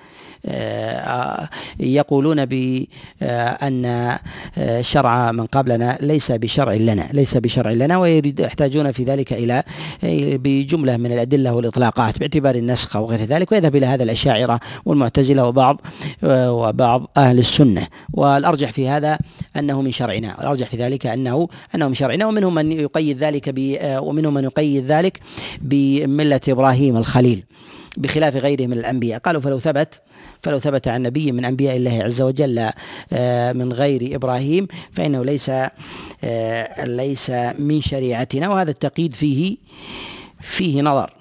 يقولون بأن شرع من قبلنا ليس بشرع لنا ليس بشرع لنا ويحتاجون في ذلك إلى بجملة من الأدلة والإطلاقات باعتبار النسخ أو غير ذلك، ويذهب إلى هذا الأشاعرة والمعتزلة وبعض وبعض أهل السنة. والأرجح في هذا أنه من شرعنا والأرجح في ذلك أنه أنه من شرعنا ومنهم من يقيد ذلك ومنهم من يقيد ذلك بملة إبراهيم الخليل بخلاف غيره من الأنبياء. قالوا فلو ثبت فلو ثبت عن نبي من أنبياء الله عز وجل من غير إبراهيم فإنه ليس ليس من شريعتنا، وهذا التقييد فيه فيه نظر.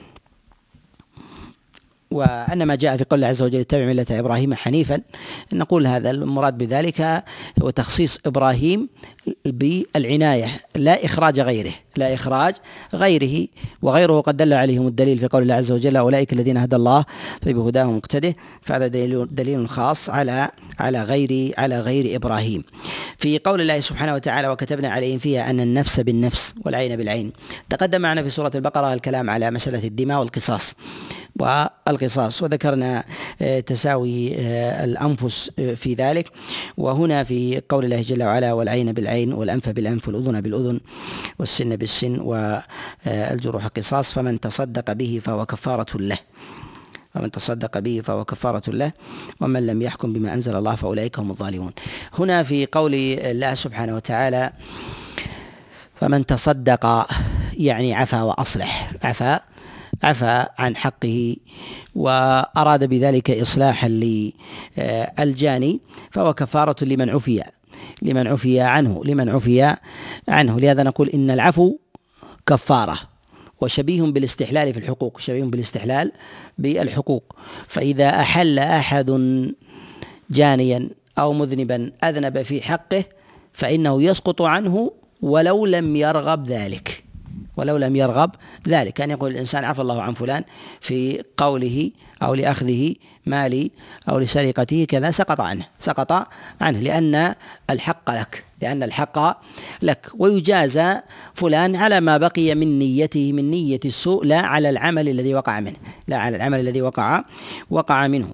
وأن ما جاء في قول الله عز وجل اتبع ملة إبراهيم حنيفا، نقول هذا المراد بذلك وتخصيص إبراهيم بالعناية لا إخراج غيره لا إخراج غيره وغيره قد دل عليهم الدليل في قول الله عز وجل أولئك الذين هدى الله فبهداه مقتده، فهذا دليل, دليل خاص على على غير على غير إبراهيم. في قول الله سبحانه وتعالى وكتبنا عليهم فيها أن النفس بالنفس والعين بالعين، تقدم معنا في سورة البقرة الكلام على مسألة الدماء والقصاص والقصاص وذكرنا تساوي الأنفس في ذلك. وهنا في قول الله جل وعلا والعين بالعين والأنف بالأنف والأذن بالأذن والسن بالسن والجروح قصاص فمن تصدق به فهو كفارة له ومن تصدق به فهو كفارة له ومن لم يحكم بما أنزل الله فأولئك هم الظالمون. هنا في قول الله سبحانه وتعالى فمن تصدق يعني عفا وأصلح عفا عفا عن حقه وأراد بذلك إصلاحا للجاني فهو كفارة لمن عفي لمن عفي عنه لمن عفي عنه لهذا نقول إن العفو كفارة وشبيه بالاستحلال في الحقوق شبيه بالاستحلال بالحقوق. فإذا أحل أحد جانيا أو مذنبا أذنب في حقه فإنه يسقط عنه ولو لم يرغب ذلك ولو لم يرغب ذلك كان يقول الإنسان عفى الله عن فلان في قوله أو لأخذه مالي أو لسرقته كذا سقط عنه سقط عنه لأن الحق لك لأن الحق لك ويجازى فلان على ما بقي من نيته من نية السوء لا على العمل الذي وقع منه لا على العمل الذي وقع وقع منه.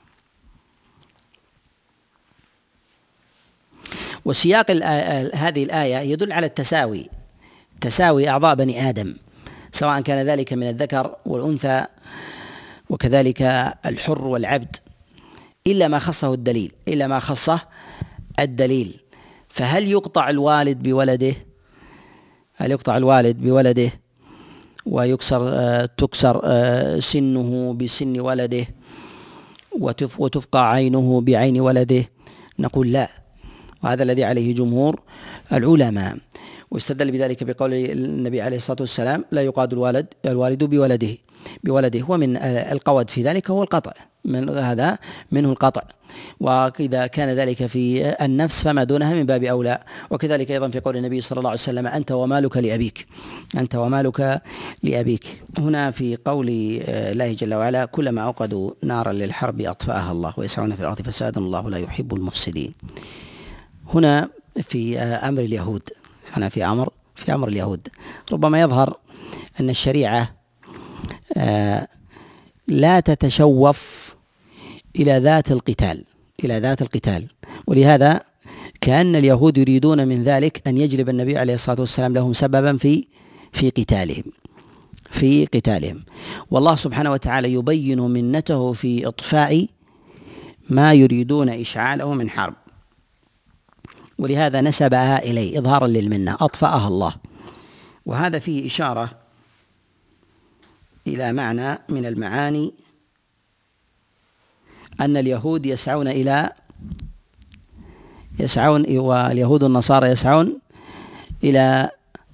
وسياق هذه الآية يدل على التساوي تساوي أعضاء بني آدم سواء كان ذلك من الذكر والأنثى وكذلك الحر والعبد إلا ما خصه الدليل إلا ما خصه الدليل. فهل يقطع الوالد بولده؟ هل يقطع الوالد بولده ويكسر آه تكسر آه سنه بسن ولده وتف وتفقع عينه بعين ولده؟ نقول لا، وهذا الذي عليه جمهور العلماء. واستدل بذلك بقول النبي عليه الصلاة والسلام: لا يقاد الوالد الوالد بولده بولده ومن القود في ذلك هو القطع، من هذا منه القطع. وإذا كان ذلك في النفس فما دونها من باب أولى. وكذلك أيضا في قول النبي صلى الله عليه وسلم: أنت ومالك لأبيك أنت ومالك لأبيك. هنا في قول الله جل وعلا: كلما أوقدوا نارا للحرب أطفأها الله ويسعون في الأرض فسادا الله لا يحب المفسدين. هنا في أمر اليهود هنا في أمر في أمر اليهود ربما يظهر أن الشريعة لا تتشوف إلى ذات القتال إلى ذات القتال ولهذا كأن اليهود يريدون من ذلك أن يجلب النبي عليه الصلاة والسلام لهم سببا في في قتالهم في قتالهم والله سبحانه وتعالى يبين منته في إطفاء ما يريدون إشعاله من حرب، ولهذا نسبها إليه إظهارا للمنة، أطفأها الله. وهذا فيه إشارة إلى معنى من المعاني أن اليهود يسعون إلى يسعون واليهود والنصارى يسعون إلى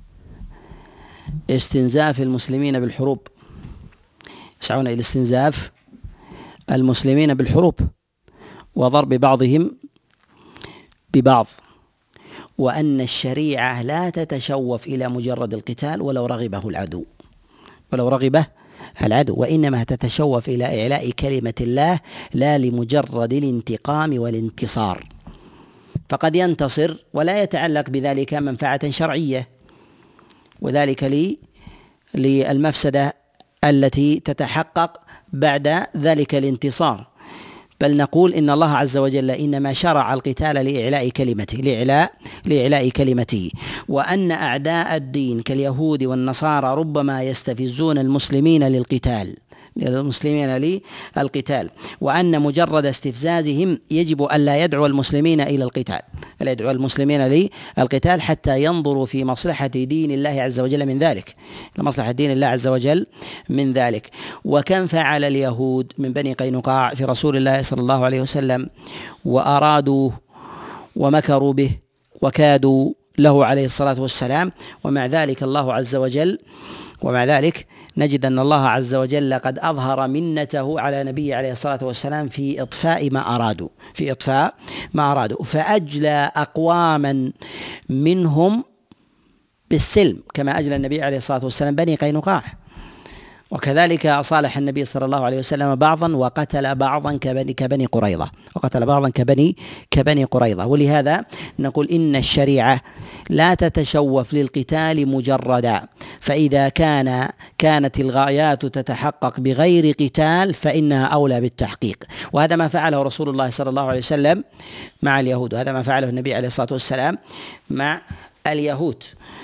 استنزاف المسلمين بالحروب يسعون إلى استنزاف المسلمين بالحروب وضرب بعضهم ببعض، وأن الشريعة لا تتشوف إلى مجرد القتال ولو رغبه العدو ولو رغبه العدو وإنما تتشوف إلى إعلاء كلمة الله لا لمجرد الانتقام والانتصار. فقد ينتصر ولا يتعلق بذلك منفعة شرعية، وذلك لي للمفسدة التي تتحقق بعد ذلك الانتصار. بل نقول إن الله عز وجل إنما شرع القتال لإعلاء كلمته لإعلاء لإعلاء كلمته وأن أعداء الدين كاليهود والنصارى ربما يستفزون المسلمين للقتال للمسلمين للقتال وأن مجرد استفزازهم يجب ألا يدعو المسلمين إلى القتال ألا يدعو المسلمين للقتال حتى ينظروا في مصلحة دين الله عز وجل من ذلك لمصلحة دين الله عز وجل من ذلك. وكم فعل اليهود من بني قينقاع في رسول الله صلى الله عليه وسلم وأرادوا ومكروا به وكادوا له عليه الصلاة والسلام، ومع ذلك الله عز وجل ومع ذلك نجد أن الله عز وجل قد أظهر منته على نبيه عليه الصلاة والسلام في إطفاء ما أرادوا في إطفاء ما أرادوا فأجلى أقواما منهم بالسلم كما أجلى النبي عليه الصلاة والسلام بني قينقاع، وكذلك صالح النبي صلى الله عليه وسلم بعضا وقتل بعضا كبني كبني قريظة وقتل بعضا كبني كبني قريظة. ولهذا نقول إن الشريعة لا تتشوف للقتال مجردا، فإذا كان كانت الغايات تتحقق بغير قتال فإنها أولى بالتحقيق. وهذا ما فعله رسول الله صلى الله عليه وسلم مع اليهود، وهذا ما فعله النبي عليه الصلاة والسلام مع اليهود.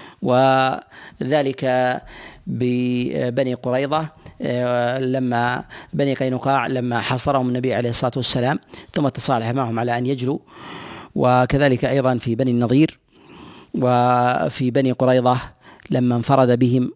وذلك ببني قريظة لما بني قينقاع لما حاصرهم النبي عليه الصلاة والسلام ثم تصالح معهم على أن يجلوا، وكذلك أيضا في بني النضير وفي بني قريظة لما انفرد بهم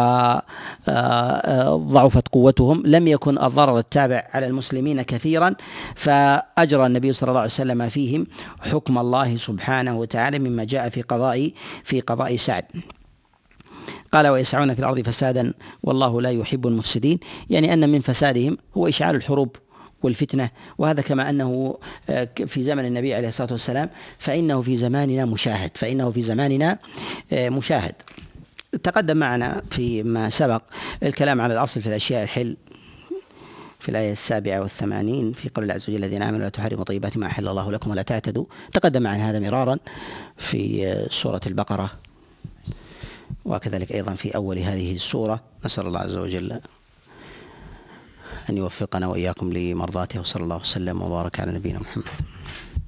وضعفت قوتهم لم يكن الضرر التابع على المسلمين كثيرا، فأجرى النبي صلى الله عليه وسلم فيهم حكم الله سبحانه وتعالى مما جاء في قضاء في قضاء سعد. قال: ويسعون في الأرض فسادا والله لا يحب المفسدين، يعني أن من فسادهم هو إشعال الحروب والفتنة، وهذا كما أنه في زمن النبي عليه الصلاة والسلام فإنه في زماننا مشاهد فإنه في زماننا مشاهد. تقدم معنا فيما سبق الكلام على الأصل في الأشياء الحل في الآية السابعة والثمانين في قول الله عز وجل: الذين آمنوا لا تحرموا طيبات ما أحل الله لكم ولا تعتدوا. تقدم معنا هذا مرارا في سورة البقرة وكذلك أيضا في أول هذه السورة. نسأل الله عز وجل أن يوفقنا وإياكم لمرضاته، وصلى الله وسلم وبارك على نبينا محمد.